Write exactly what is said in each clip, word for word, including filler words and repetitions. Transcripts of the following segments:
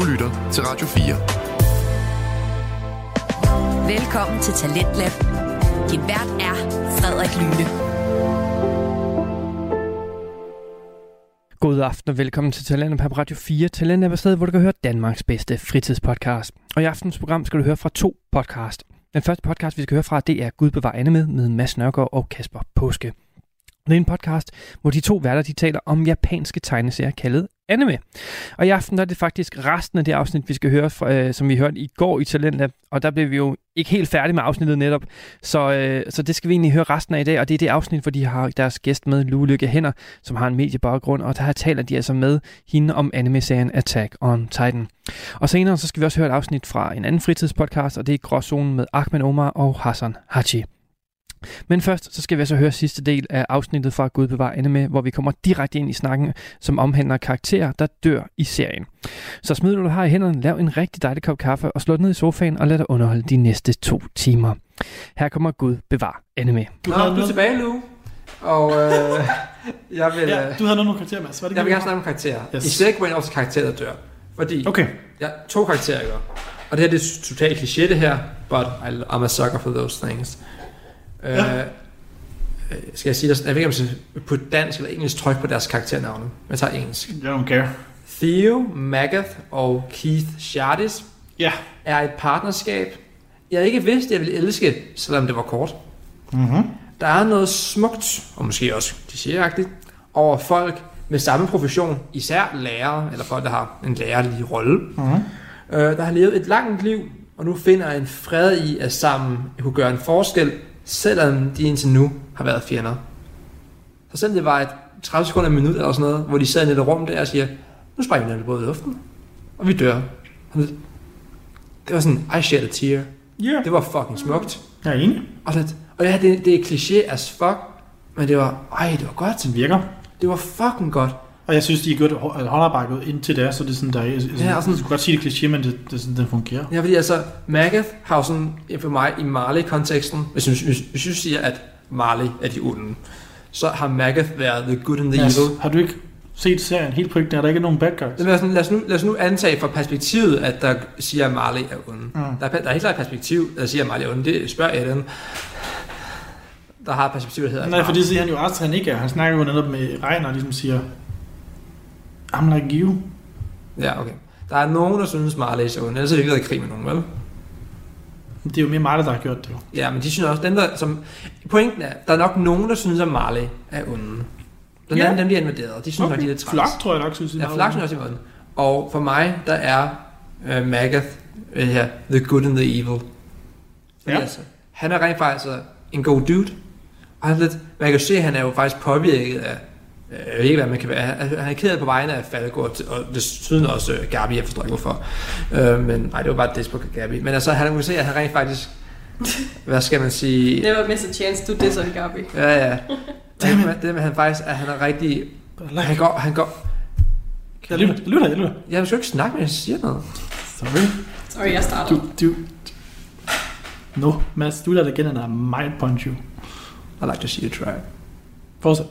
lytter til Radio fire. Velkommen til Talentlab. Din vært er Frederik Lyne. God aften og velkommen til Talentlab på Radio fire. Talentlab er stedet, hvor du kan høre Danmarks bedste fritidspodcast. Og i aftens program skal du høre fra to podcast. Den første podcast, vi skal høre fra, det er Gud bevar anime med Mads Nørgaard og Kasper Påske. Det er en podcast, hvor de to værter de taler om japanske tegneserier kaldet anime. Og i aften der er det faktisk resten af det afsnit, vi skal høre, fra, øh, som vi hørte i går i Talentlab. Og der blev vi jo ikke helt færdige med afsnittet netop. Så, øh, så det skal vi egentlig høre resten af i dag. Og det er det afsnit, hvor de har deres gæst med, Lue Lykke Hænder, som har en mediebaggrund. Og der taler de altså med hende om anime-serien Attack on Titan. Og senere så skal vi også høre et afsnit fra en anden fritidspodcast, og det er Gråzonen med Ahmed Omar og Hassan Haji. Men først så skal vi altså høre sidste del af afsnittet fra Gud bevar anime, hvor vi kommer direkte ind i snakken, som omhandler karakterer, der dør i serien. Så smid du har i hænderne, lav en rigtig dejlig kop kaffe og slå ned i sofaen og lad dig underholde de næste to timer. Her kommer Gud bevar anime. Du, Nå, du er tilbage nu, og øh, jeg vil... Ja, du havde nogle karakterer, Mads. Jeg vil gerne snakke om karakterer. Yes. I skal ikke gå ind over til karakterer, der dør. Fordi okay. Jeg to karakterer, ikke? Og det her det er totalt kliché det her, but I'm a sucker for those things. Ja. Øh, skal jeg sige dig, jeg ved ikke om jeg skal på dansk eller engelsk tryk på deres karakternavne. Jeg tager engelsk. I don't care. Theo, Magath og Keith Shardis ja. er et partnerskab, jeg ikke vidste, jeg ville elske, selvom det var kort. Mm-hmm. Der er noget smukt, og måske også klichéagtigt, over folk med samme profession, især lærere, eller folk, der har en lærerlig rolle, mm-hmm. øh, der har levet et langt liv, og nu finder en fred i, at sammen kunne gøre en forskel, selvom de indtil nu har været fjender. Så selvom det var et tredive sekunder en minut eller sådan noget, hvor de sad i et rum der og siger, nu springer vi nemlig både i luften, og vi dør. Det var sådan, I shed a tear. Yeah. Det var fucking smukt. Jeg er enig. Og, det, og ja, det, det er kliché as fuck, men det var, ej, det var godt. Det virker. Det var fucking godt. Og jeg synes, de er godt håndarbejdet indtil det, så det er sådan, der er, sådan, ja, sådan, jeg skulle godt sige det kliché, men det, det, sådan, det fungerer. Ja, fordi altså, Magath har jo sådan, for mig i Marley-konteksten, hvis jeg hvis, hvis jeg siger, at Marley er de onde, så har Magath været the good and the yes. evil. Har du ikke set serien helt på ikke? Der er der ikke nogen bad guys. Lad os, nu, lad, os nu, lad os nu antage fra perspektivet, at der siger, at Marley er onde. Mm. Der, er, der er helt klart perspektiv, der siger, at Marley er onde. Det spørger jeg den. Der har perspektiv, der hedder... Nej, for det siger han jo også, at han ikke er. Han snakker jo netop med Reiner, og ligesom siger, I'm like you. Ja, okay. Der er nogen, der synes, Marley er onde. Ellers er det ikke været i krig med nogen, vel? Det er jo mere Marley, der har gjort det jo. Ja, men de synes også, dem der... Som, pointen er, der er nok nogen, der synes, at Marley er onde. Blandt andet ja. dem, de er invaderet. De synes okay. nok, de er lidt træls. Flak, tror jeg nok, synes jeg. Ja, Flak synes også, de er onde. Og for mig, der er uh, Magath uh, her, the good and the evil. Ja. Altså, han er rent faktisk uh, en god dude. Og han er lidt, man kan se, at han er jo faktisk påvirket af... Jeg ved ikke, hvad man kan være. Han er ked af på vegne af Falgård, og desuden også uh, Gabi, jeg forstår ikke hvorfor. Uh, men nej, det var bare det på Gabi. Men altså, han kan se, at han rent faktisk... Hvad skal man sige? Never miss a chance to diss on Gabi. Ja, ja. Det med, det med han faktisk, at han er rigtig... Han går... Han går jeg lytter, jeg lytter, jeg lytter. Jeg vil jo ikke snakke, men jeg siger noget. Sorry. Sorry, jeg starter. Du, du... No, Mads, du lader igen, and I might punch you. I like to see you try. Fortsæt.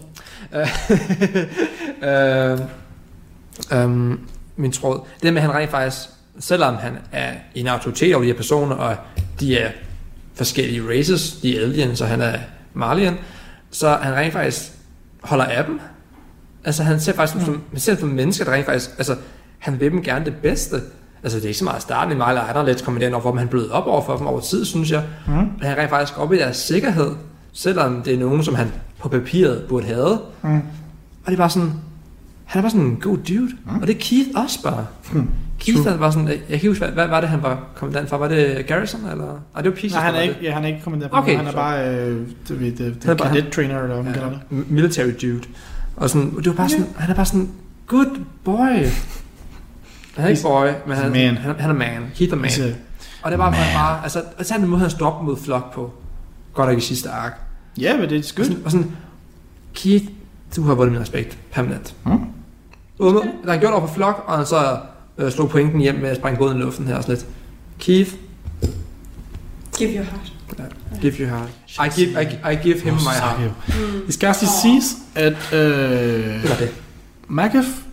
uh, um, min tråd. Det med, at han rent faktisk, selvom han er en autoritet over de her personer, og de er forskellige races, de er aliens, og han er Marlian, så han rent faktisk holder af dem. Altså han ser faktisk mm. som, han ser som mennesker, der rent faktisk, altså han vil dem gerne det bedste. Altså det er ikke så meget starten i Marley, og lidt kommanderende over for dem, han blød op over for dem over tid, synes jeg. Mm. Men han rent faktisk op i deres sikkerhed, selvom det er nogen, som han på papiret burde have. Mm. Og det er bare sådan, han er bare sådan en god dude. Mm. Og det er Keith også bare. Mm. Keith var sådan, jeg kan ikke huske, hvad, hvad var det, han var kommandant for? Var det Garrison, eller? Nej, det var Peace. Nej, han er ikke, ja, han er ikke kommandant for, okay, han er så. bare, øh, det, det, det, det cadet trainer, eller hvad man kalder det. Military dude. Og sådan, det var bare sådan, yeah. han er bare sådan, good boy. Han er ikke boy, men han, han, han, han er man. Keith er man. A, og det var bare, bare altså, og så er den måde, han stod op mod Flock på. Godt nok i sidste ark. Ja, yeah, men det er skønt. Og sådan, og sådan, Keith, du har vundet min respekt, permanent. Hmm? Ude, der han gjort over på Flock, og han så øh, slog pointen hjem med at springe båden i luften her og sådan lidt. Keith. Give your heart. Yeah, give your heart. I give, I, I give him oh, my heart. Mm. Det skal også siges, at øh, det var det. Magath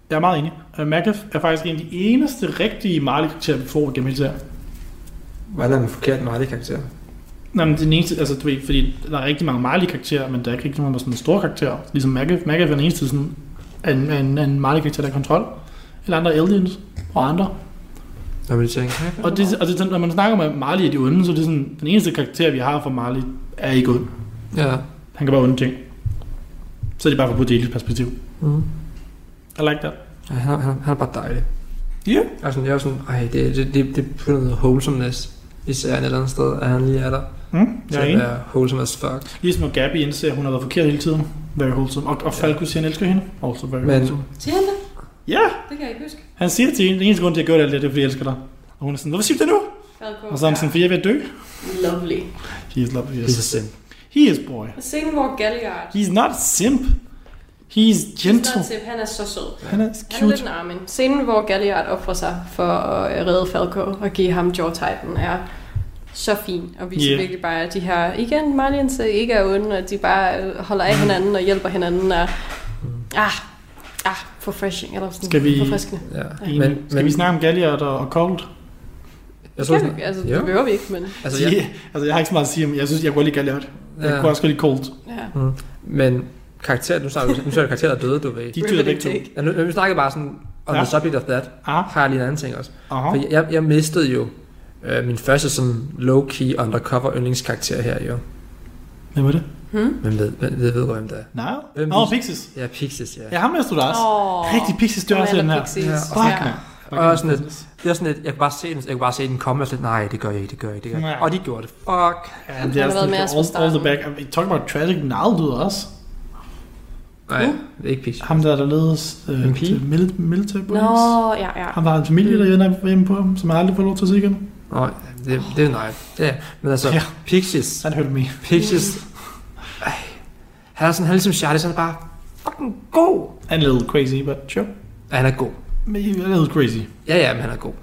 Jeg er meget enig. Uh, Magath er faktisk en af de eneste rigtige Marley-karakterer, vi får gennem hele serien. Hvordan er den forkert Marley-karakter? Nej, men den eneste, altså du ved, fordi der er rigtig mange Marley-karakterer, men der er ikke rigtig nogen sådan store karakterer. Ligesom Magath. Magath er den eneste sådan en, en, en Marley-karakter, der er kontrol. Eller andre aliens og andre. Når man tænker, og det, og det, når man snakker med Marley i de onde, så er det sådan, den eneste karakter, vi har fra Marley, er ikke ond. Ja. Han kan bare onde ting. Så er det bare fra Bodeli's perspektiv. Mm. I like that. Ja, han, er, han, er, han er bare dejlig. Ja. Yeah. Altså, jeg er sådan, ej, det, det, det, det er noget wholesomeness. Især et eller andet sted, at han lige er der. Mm, jeg er enig. er wholesome as fuck. Ligesom når Gabi indser, at hun har været forkert hele tiden. Very wholesome. Og, og Falco siger, han elsker hende. Also very Men, wholesome. Siger han det? Ja! Yeah. Det kan jeg ikke huske. Han siger til hende, den eneste grund til at gøre det, det er, fordi jeg elsker dig. Og hun er sådan, hvorfor siger du det nu? Falco. Og så er han sådan, fordi jeg er ved at dø. Lovely. He is lovely, yes. He's a simp. He is, boy. Scenen hvor Galliard. He's not simp. He's gentle. He's not simp. Han er så sød. Han er Han er cute. lidt en armin. Scenen hvor Galliard offrer sig for at redde Falco og give ham Jaw Titan er så fin. Og viser Yeah. virkelig bare, at de her, igen, Marlians ikke er onde, og de bare holder af hinanden og hjælper hinanden. Og, ah, ah, refreshing. Eller sådan, Skal vi- forfriskende. Ja. Men, Men, skal men, vi snakke om Galliard og, og Cold? jeg Det tror kan sådan, vi, altså, jo. det behøver vi ikke, men Altså, Yeah. jeg, Altså, jeg har ikke så meget at sige om, jeg synes, jeg kunne godt lide Galliard. Jeg ja. kunne også godt lide Cold. ja. Mm. Men karakter, nu snakker nu snakker karakterer, der er døde, du ved. De tyder begge to. Take. Ja, nu, nu snakker bare sådan, on Ja. the subject of that, Ah, har jeg lige en anden ting også. aha. For jeg, jeg mistede jo øh, min første sådan low-key undercover yndlingskarakter her, jo. Hvem var det? Hmm? Hvem ved, hvem ved, ved hvem det er? Nej. Hvem Åh, oh, vis- Pixies. Ja, Pixies, ja. Ja, ham mistede du også. Åh, Rigtig Pixies dør også i den her. Pixies. Ja, Fuck, Ja. man. Og sådan lidt, det er sådan lidt, jeg kunne bare se den, jeg kunne bare se den komme, og sådan lidt, nej, det gør jeg ikke, det gør jeg ikke, det gør jeg ikke. Nej. Og de gjorde det, fuck. Ja, Han det er har været sådan med lidt os fra all, all the starten. back. Talk about tragic, Nile døde også. Nej, Uh. det er ikke Pixies. Ham der, der ledes øh, En pige? til mil- military police. Nå, ja, ja. Han var en familie, der ender hjemme på ham, som jeg aldrig får lov til at se igen. Nej, det, det er nej. Ja, men altså, Ja. Pixies, Han hørte mig. Pixies, ej, han er sådan, han er ligesom Charlie, så han er bare fucking god. Han er lidt crazy, but sure. Ja, han er god. Men han er lidt crazy. Ja, ja, men han er god.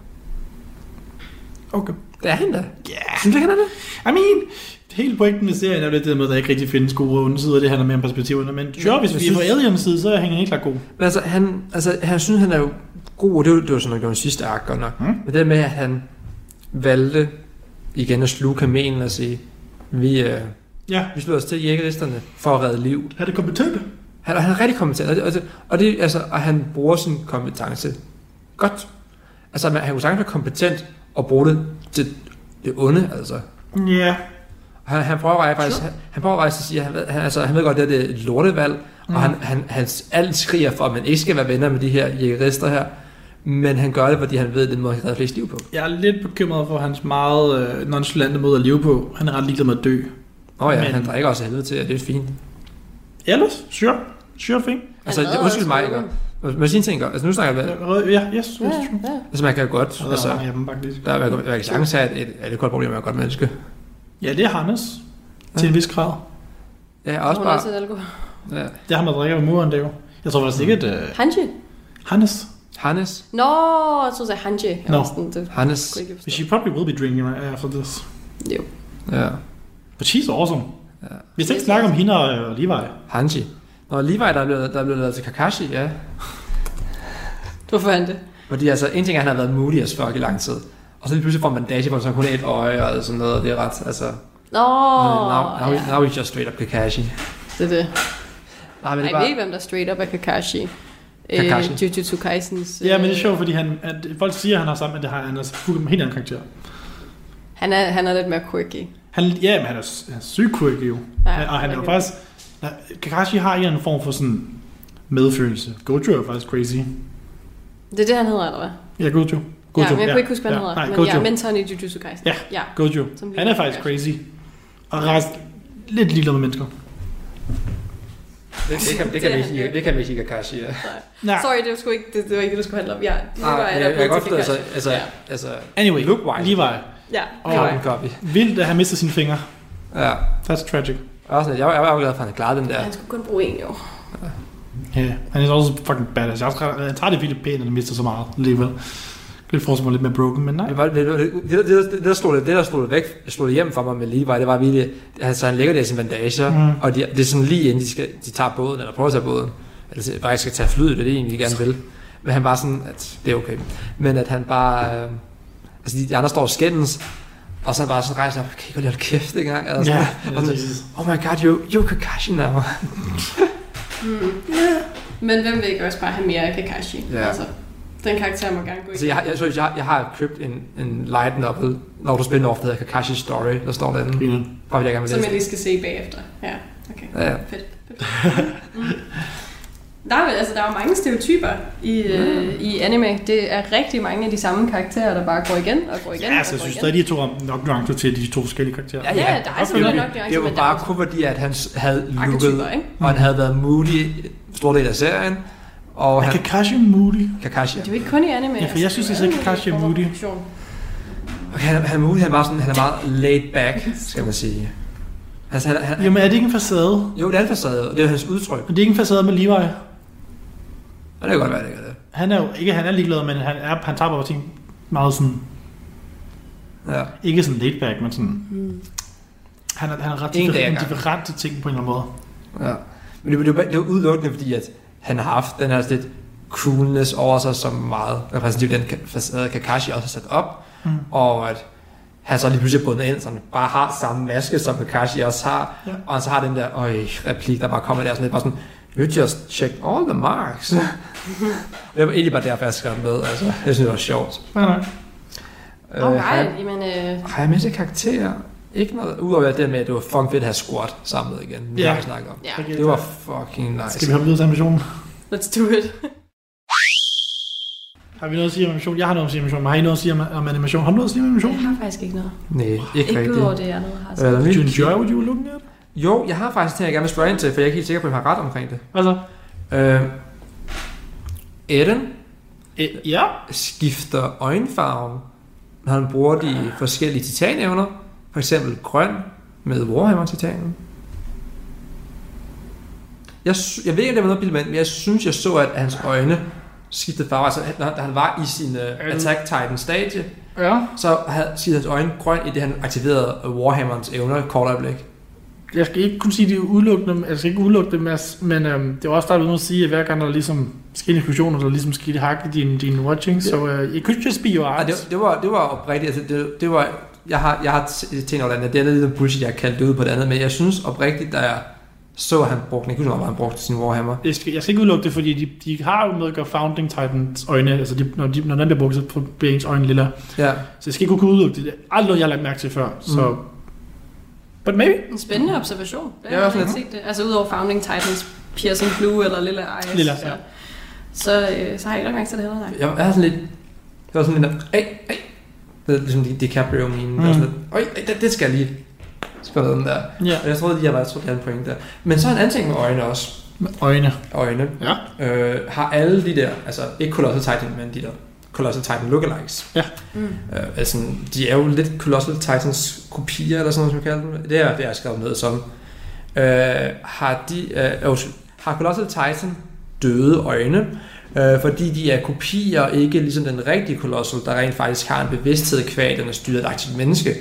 Okay. Det er han da. Yeah. Synes du ikke, han er det? I mean, hele pointen med serien er jo lidt det med, at der ikke rigtig findes gode og onde sider, det handler mere om perspektiverne. Men sure, hvis Jeg vi er på synes- Aliens side, så hænger han helt klart god. Men altså, han, altså, han synes, han er jo god, og det var, det var sådan noget, det var den sidste ark, godt nok. Mm. Men det med, at han valgte igen at sluge kamelen og sige, vi, øh, Ja, vi slår os til jægeristerne for at redde liv. er det kompetente? Han, han er rigtig kompetent, og det, og, det, og, det, altså, og han bruger sin kompetence godt. Altså, man, han kunne sagtens være kompetent og bruge det til det onde, altså. Ja. Han, han prøver faktisk, sure. han, han prøver faktisk at sige, at han, ved- han, altså, han ved godt, at det er et lortevalg, mm. og han, han, han alt skriger for, at man ikke skal være venner med de her jægerister her, men han gør det, fordi han ved, at det må redde flest liv på. Jeg er lidt bekymret for hans meget øh, nonchalante måde at leve på. Han er ret ligeglad med at dø. Åh oh, ja, Men- han drikker også helvede til, og det er fint. Ellers, sure. Sure thing. Altså, Han det, redder undskyld også mig, Logan. ikke? Men sin ting, altså nu snakker jeg, Ja, ja, yes, yes, Ja, true. ja. altså man kan jo godt, altså, Ja, dem faktisk. der er, man kan sagtens have et, et alkoholproblem med et godt menneske. Ja, det er Hannes. Til en vis grad. Ja, også Hun er også bare, et alkohol. ja. Det er ham, der drikker ved muren, det er jo. Jeg tror faktisk ikke, at... Uh, Hanji? Hannes. Hannes, Nå, jeg tror, det er Hanji. Jeg Nå. var sådan, det Hannes, kunne jeg ikke She probably will be drinking right after this. forstå. Jo. ja, But she's awesome. Ja. Vi skal ikke snakke om hende og uh, Levi. Hanji. Nå, Levi, der er blevet, der er blevet lavet til Kakashi, ja. Hvorfor er han det? Fordi altså, en ting er, at han har været moody as fuck i lang tid. Og så lige pludselig får man bandage på, så han kun er et øje og sådan noget, og det er ret, altså... Nå, now, now, ja. now he's just straight up Kakashi. Det er det. Nej, men Ej, det er jeg ved bare... ikke, hvem der straight up er Kakashi. Kakashi. Øh, Jujutsu Kaisens... Ja, men det er øh, sjovt, fordi han, at folk siger, at han har sammen, men det har han altså fuldt helt anden karakter. Han er, han er lidt mere quirky. Han, ja, men han er, han er sygt quirky jo. Ja, Ja, og han er jo okay. faktisk... Ja, Kakashi har en eller anden form for sådan medfølelse. Gojo er faktisk crazy. Det er det, han hedder, eller hvad? Ja, Gojo. Gojo. Ja, men jeg kunne ikke huske, hvad han hedder. Nej, Men Gojo. jeg er mentoren i Jujutsu Kaisen. Ja. ja. Gojo. Som Han er faktisk crazy. Og rejst lidt ligeglad med mennesker. Det, det, kan, det, Det kan er vi han ikke, jo. det kan vi ikke Kakashi, ja. Nej. Sorry, det var, sgu ikke, det, det var ikke det, du skulle handle om. Ja, nu Ah, var jeg jeg, der jeg, jeg kan blevet godt til forstå, altså, Kakashi. altså, Ja. altså, Anyway, Look-wise. Levi. Ja, Og- Levi. carbon copy. Vildt, at han mister sine fingre. Ja. That's tragic. Også, sådan, jeg, var- jeg var jo glad for, at han klarede den der. Han skulle kun bruge en, jo. Ja, yeah. han er også fucking badass. Jeg, også, jeg tager det vildt pænt, at han mister så meget alligevel. Det får sig lidt mere broken, men nej. Det, var, det, det, det, det, det, der slog det, det der slog det væk, slog det hjem for mig med Levi, det var virkelig, altså han lægger det i sine bandager, Mm. og de, det er sådan lige inden de, skal, de tager båden, eller prøver at tage båden, eller faktisk skal tage flyet, det er det egentlig, de gerne vil. Men han bare sådan, at det er okay. Men at han bare... Øh, altså de, de andre står og skændes, og så bare sådan rejser op, kan I godt lige holde kæft en gang? Altså, Ja, og sådan, oh my god, you, you Kakashi now. Mm. Men hvem vil ikke også bare have mere af Kakashi? Ja. Altså, den karakter må gerne gå i. Altså, jeg, jeg, jeg, jeg, jeg har købt en, en light novel, når du spiller ofte, der hedder Kakashi Story, der står derinde. Mm. Bare vil jeg gerne Som læse jeg lige skal se bagefter. Ja, okay. Ja, ja. Fedt. Fedt. Mm. Der er, altså, der er jo mange stereotyper i, mm. øh, i anime. Det er rigtig mange af de samme karakterer, der bare går igen og går igen. Ja, altså, jeg synes stadig, de to har nok nuancer til de to forskellige karakterer. Ja, ja, der er selvfølgelig nok nuancer. Det var bare kun fordi, at han havde lukket, og han havde været moody stor del af serien. Og er han, Kakashi moody? Kakashi. Det er jo ikke kun i anime. Ja, for jeg synes, at Kakashi er moody. Okay, han, han er moody, han er, bare sådan, han er meget laid back, skal man sige. Altså, han, han, Jamen, er det ikke en facade? Jo, det er en facade, og det er hans udtryk. Men det er ikke en facade med Levi. Ja, det kan godt være, det gør det. Han er jo ikke, han er ligeglad, men han, er, han tager bare ting meget sådan... Ja. Ikke sådan laid back, men sådan... Mm. Han er, han er ret different til ting på en eller anden måde. Ja. Men det, det, det er jo udelukkende, fordi at han har haft den her lidt coolness over sig, som meget repræsentativt den facade Kakashi også har sat op. Mm. Og at han så lige pludselig bundet ind, så han bare har samme maske, som Kakashi også har. Ja. Og han så har den der øj, replik, der bare kommer der sådan lidt, bare sådan, you just checked all the marks. Det var egentlig bare derfor, jeg skrev med. Altså, jeg synes, det var sjovt. Nej, nej. Øh, oh, nej, jamen... Øh... Har jeg med til karakterer? Ikke noget, udover det med, at det var fucking fedt at have squat samlet igen. Det ja. har vi snakket om. Ja. Det var fucking nice. Skal vi hoppe videre til animationen? Let's do it. Har vi noget at sige om animation? Jeg har noget at sige om animation. Har I noget at sige om animation? Har du noget at sige om animation? Jeg har faktisk ikke noget. Nej, ikke, ikke rigtigt. Ikke ud over det, jeg noget har sagt. Uh, Did you enjoy what you were looking at? Jo, jeg har faktisk ting, jeg gerne vil spørge ind til, for jeg er ikke helt sikker på, at jeg har ret omkring det. Hvad så? Øh, Eren e, ja. skifter øjenfarven, når han bruger de forskellige titanevner. For eksempel grøn med Warhammer-titanen. Jeg, jeg ved ikke, om det var noget billede, men jeg synes, jeg så, at hans øjne skiftede farve. Altså, da han var i sin uh, Attack Titan-stadie, ja. så havde skiftede hans øjne grøn, i det han aktiverede Warhammerens evner et kort øjeblik. Jeg skal ikke kunne sige, at det er udelukkende, jeg skal ikke udelukke det, men øhm, det var også startet med at sige, at hver gang der ligesom sker eksplosioner, der ligesom sker hak i din, din watching, så uh, it could just be your eyes. Ja, det, det, var, det var oprigtigt, altså det, det var, jeg har, jeg har tænkt over det, det er lidt bullshit, jeg har kaldt det ud på det andet, men jeg synes oprigtigt, da jeg så, at han brugte, jeg kunne ikke, han brugte sin Warhammer. Jeg skal, jeg skal ikke udelukke det, fordi de, de har jo noget at gøre Founding Titans øjne, altså de, når, de, når den bliver brugt, så bliver ens øjne lille. Ja. Så jeg skal ikke kunne udelukke det. Det er aldrig noget, jeg har lagt mærke til før, så... Mm. But maybe. En spændende observation. Det jeg har jeg ikke set det. Altså udover Founding Titans, Piercing Blue eller Lille Eyes. Lille, så, ja. så, øh, så har jeg ikke lagt mærke til det heller, nej. Jeg, jeg har sådan lidt... Det var sådan lidt... Ej, ej. Det er ligesom DiCaprio mine. Mm. Der sådan lidt... Øj, det, det skal jeg lige... Spørge den der. Ja. Og jeg troede, de har været en point der. Men så en anden ting med øjne også. Med øjne. Øjne. Ja. Øh, har alle de der... Altså, ikke Colossal Titan, men de der... Colossal Titan lookalikes. Ja. Mm. Øh, altså, de er jo lidt Colossal Titans kopier, eller sådan noget, som jeg kalder dem. Det er det, jeg har skrevet ned som. Øh, har de... Øh, øh, har Colossal Titan døde øjne, øh, fordi de er kopier, ikke ligesom den rigtige Colossal, der rent faktisk har en bevidsthed kvad, den er styret af et aktivt menneske.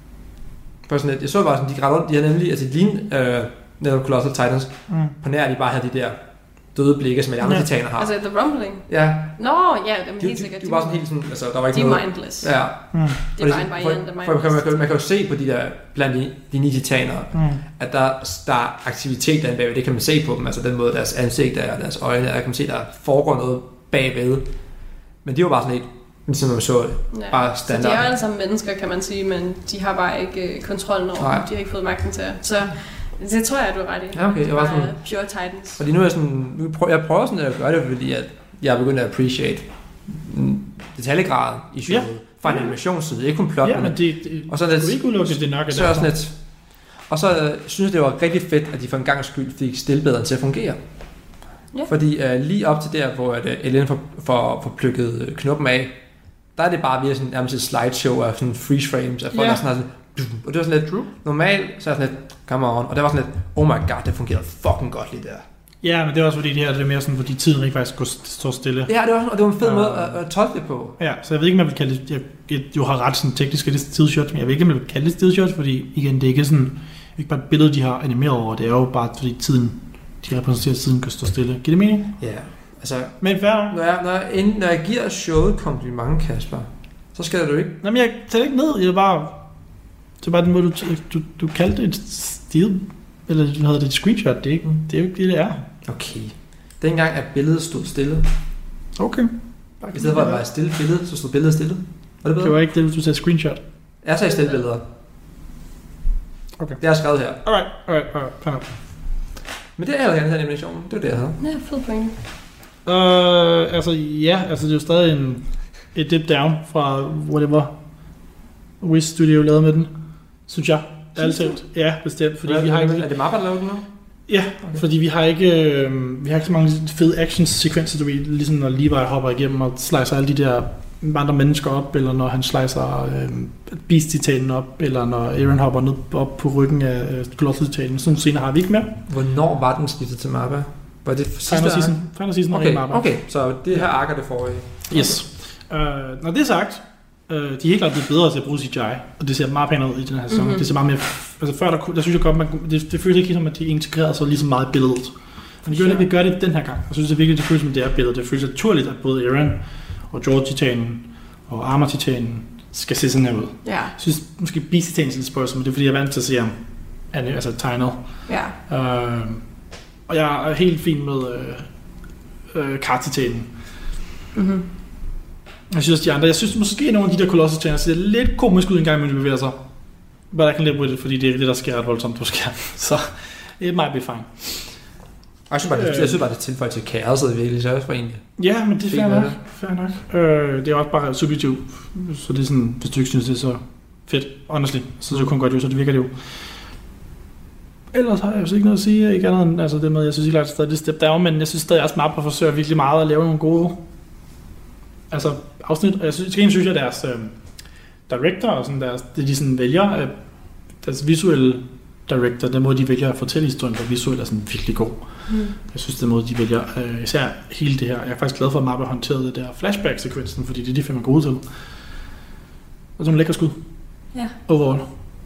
For sådan et, jeg så bare sådan, de græd rundt, de har nemlig, altså de lignede øh, netop Colossal Titans, mm. på nær de bare havde de der døde blikke, som de andre ja. titaner har. Altså The Rumbling? Ja. Nå, ja, dem de, helt sikkert. De, de var sådan helt sådan, altså der var ikke de noget... De mindless. Ja. Mm. Det var en variant af mindless. Man, man, man, man kan jo se på de der, blandt de, de ni titaner, mm. at der, der er aktivitet der bagved, det kan man se på dem, altså den måde deres ansigt er, deres øjne er, der kan man se, der foregår noget bagved. Men de var bare sådan helt, ligesom man så det, ja. bare standard. Så de er jo alle sammen mennesker, kan man sige, men de har bare ikke kontrollen over dem, de har ikke fået magten til. Så det tror jeg, du er ret i. Ja, okay, jeg var sådan... Pure Titans. Fordi nu er jeg sådan... Nu prøver, jeg prøver sådan at gøre det, fordi at jeg er begyndt at appreciate detaljegraden i showet. Ja. Fra en animationsside, ikke kun plot. Ja, men det... det og så lidt, du ikke udelukke, det nok er så sådan lidt, og så uh, synes jeg, det var rigtig fedt, at de for en gang skyld fik stillbederen til at fungere. Ja. Fordi uh, lige op til der, hvor uh, Ellen får, får, får plukket uh, knuppen af, der er det bare virkelig sådan nærmest et slideshow af sådan freeze frames, af folk, ja. Der sådan sådan, og det var sådan lidt True. Normalt, så er sådan lidt, come on, og det var sådan lidt, oh my god, det fungerede fucking godt lige der. Ja, men det er også fordi det her det er mere sådan, fordi tiden ikke faktisk står stille. Ja, det var, og det var en fed uh, måde at, at tolke det på. Ja, så jeg ved ikke, om jeg vil kalde det, jeg, jeg jo har ret sådan teknisk, det er stillshots, men jeg ved ikke, om jeg vil kalde det stillshots, fordi igen, det er ikke sådan, ikke bare et billede, de har animeret over, det er jo bare fordi tiden, de repræsenterer tiden kan stå stille. Giver det mening? Ja, Altså, Men fair. når jeg, når, jeg, inden, når jeg giver showet kompliment, Kasper, så skal du ikke. Jamen, jeg tager ikke ned. Jeg er bare... Det er bare den måde, du, du, du kaldte et stil, eller du havde det et screenshot. Det er, ikke, det er jo ikke det, det er. Okay. Dengang, at billedet stod stille. Okay. I stedet for at være et stille billede, så stod billedet stille. Var det bedre? Det var ikke det, du sagde screenshot. Jeg tager stille billeder. Okay. Det er skrevet her. Alright, alright, alright. Fair. Men det er heller gerne animationen. Det var det, jeg havde. Ja, fed point. Uh, altså, ja. Altså, det er jo stadig en, et dip down fra whatever Wish Studio lavede med den. Synes jeg. Synes du? Ja, bestemt. Fordi Hvad, vi har ikke... Er det Mappa, der lavede den nu? Ja, okay. Fordi vi har ikke øh, vi har ikke så mange fede action-sekvenser, du ved, ligesom når Levi hopper igennem og slicer alle de der andre mennesker op, eller når han slicer øh, Beast-titanen op, eller når Aaron hopper ned op på ryggen af øh, Colossus-titanen. Sådan scener har vi ikke mere. Hvornår var den skiftet til Mappa? Var det sidste Final season. Final season okay, Mappa. okay, så det her arker det forrige. Yes. Uh, når det er sagt, uh, de er helt klart blevet bedre til at bruge C G I, og det ser meget pænere ud i den her sæson. Mm-hmm. Det ser meget mere... Altså før, der, der synes jeg godt, man, det, det føles ikke som, at de integrerede sig lige så meget i billedet. Men de gør det, vi gør det den her gang. Jeg synes det virkelig, det føles som det er billedet. Det føles naturligt, at både Aaron og George-titanen og Armor-titanen skal se sådan her ud. Ja. Jeg synes måske Beast-titanen er lidt spørgsmål, men det er fordi, jeg er vant til at se ham altså tegnet. Ja. Uh, og jeg er helt fin med uh, uh, Kar-titanen. Mhm. Jeg synes de andre, jeg synes måske nogle af de der Colossus-titaner ser lidt komisk ud en gang, når de bevæger sig. But I can live with it, fordi det er det, der sker ret voldsomt på skærmen. Så it might be fine. Jeg synes bare, det, jeg synes bare, det tilføjer til kaoset virkelig, så også for egentlig. Ja, men det er fair nok. Det. Fair nok. Øh, det er også bare subjektivt, så det er sådan, hvis du ikke synes, det er så fedt, honestly, så det kun godt jo, så det virker det jo. Ellers har jeg jo så ikke noget at sige, ikke andet end, altså det med, jeg synes ikke, at det er step down, men jeg synes stadig også meget på at forsøge virkelig meget at lave nogle gode altså afsnit, og jeg synes, synes jeg, at deres øh, director og sådan deres, det de sådan vælger, øh, deres visuelle director, den måde de vælger at fortælle historien på visuelt er sådan virkelig god. Mm. Jeg synes den måde de vælger, øh, især hele det her, jeg er faktisk glad for at Mappa håndterede det der flashback-sekvensen, fordi det er de fem er gode til. Og sådan en lækker skud. Ja. Overall.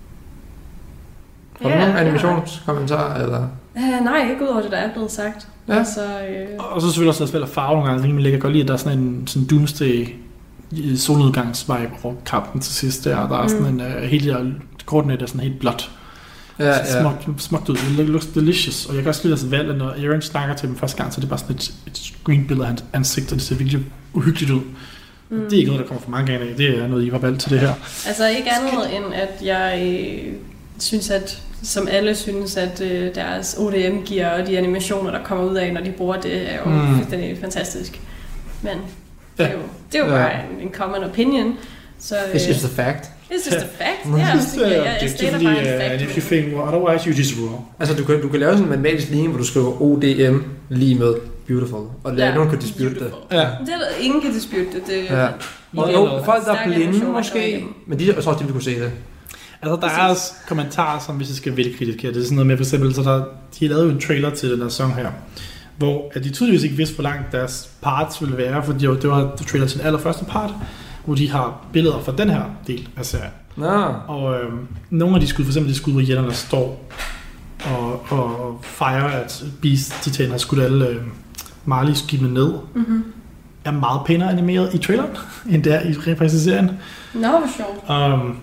Har du Ja, nogle animationskommentarer, eller? Uh, nej, ikke ud over det, der er blevet sagt. Ja. Altså, øh... Og så selvfølgelig også, at spiller farve nogle gange, rimelig lækker godt lide, at der er sådan en sådan doomsday solnedgangsvibe over kampen til sidst der, og der er mm. sådan en uh, helt der kortnet er sådan helt blåt. Ja, ja. Smukt, smukt ud. Det looks delicious. Og jeg kan også lide at valg, at når Aaron snakker til dem første gang, så er det bare sådan et, et screenbillede af hans ansigt, og det ser virkelig uhyggeligt ud. Mm. Det er ikke noget, der kommer for mange gange af. Det er noget, I var valgt til det her. Altså ikke andet end, at jeg øh, synes, at som alle synes, at øh, deres O D M-gear og de animationer, der kommer ud af, når de bruger det, er jo mm. fuldstændig fantastisk. Men det er jo, det er jo ja. bare en, en common opinion. Så, øh, It's just a fact. It's just a fact. Ja, altså, jeg, jeg, jeg stater bare en fact. And if you think otherwise, you just wrong. Altså, du kan, du kan lave sådan en matematisk ligning, hvor du skriver O D M lige med beautiful, og ja. nogen kan dispute det. Ja. Det er, ingen kan dispute det. det ja. Og jo, folk der er blinde måske, men de, jeg tror også, de vil kunne se det. Altså, der er også kommentarer, som hvis jeg skal vælge kritikere. Det er sådan noget med, for eksempel, så der, de har lavet jo en trailer til den her sang her, hvor at de tydeligvis ikke vidste, hvor langt deres parts ville være, for det var, det var trailer til den allerførste part, hvor de har billeder fra den her del af serien. No. Og øh, nogle af de skud, for eksempel de skud, hvor jætterne står og, og fejrer, at Beast-titanen har skudt alle øh, Marley-skibene ned, mm-hmm. er meget pænere animeret i traileren, end det er i repræsentserien. Nå, hvor sjovt. Um,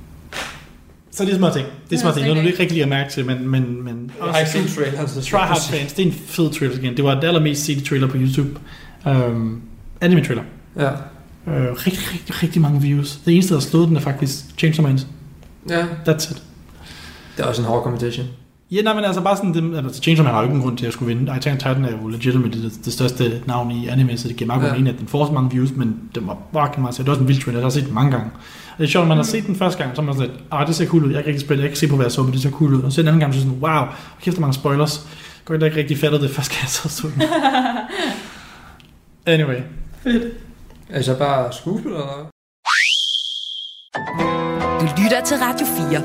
så det er små ting. Det er små ting. Noget, du ikke rigtig lige har mærke til, men... men, men jeg har ikke set traileren. Try Hard fans. Det er en fed trailer igen. Det var det allermest sete trailer på YouTube. Um, anime trailer. Ja. Uh, rigtig, rigtig, rigtig mange views. Det eneste, der har slået den, er faktisk Chainsaw Man. Ja. That's it. Det er også en hård competition. Ja, nej, men altså bare sådan... Det, altså, Chainsaw Man har jo ikke en grund til at skulle vinde. Attack on Titan er jo legitimately det, det største navn i anime, så det giver meget ja. god at den får så mange views, men den var bare meget så det er også en vild trailer. Jeg har set den mange gange. Og det er sjovt, man har set den første gang, så er man sådan lidt, ah, det ser cool ud, jeg kan ikke spille, jeg kan ikke se på, hvad jeg så, men det ser cool ud. Og så den anden gang, så sådan, wow, kæft, der mange spoilers. Godt, jeg ikke rigtig fattede det første gang, så så den. Anyway. Fedt. Er så bare skuespiller, eller? Du lytter til Radio fire.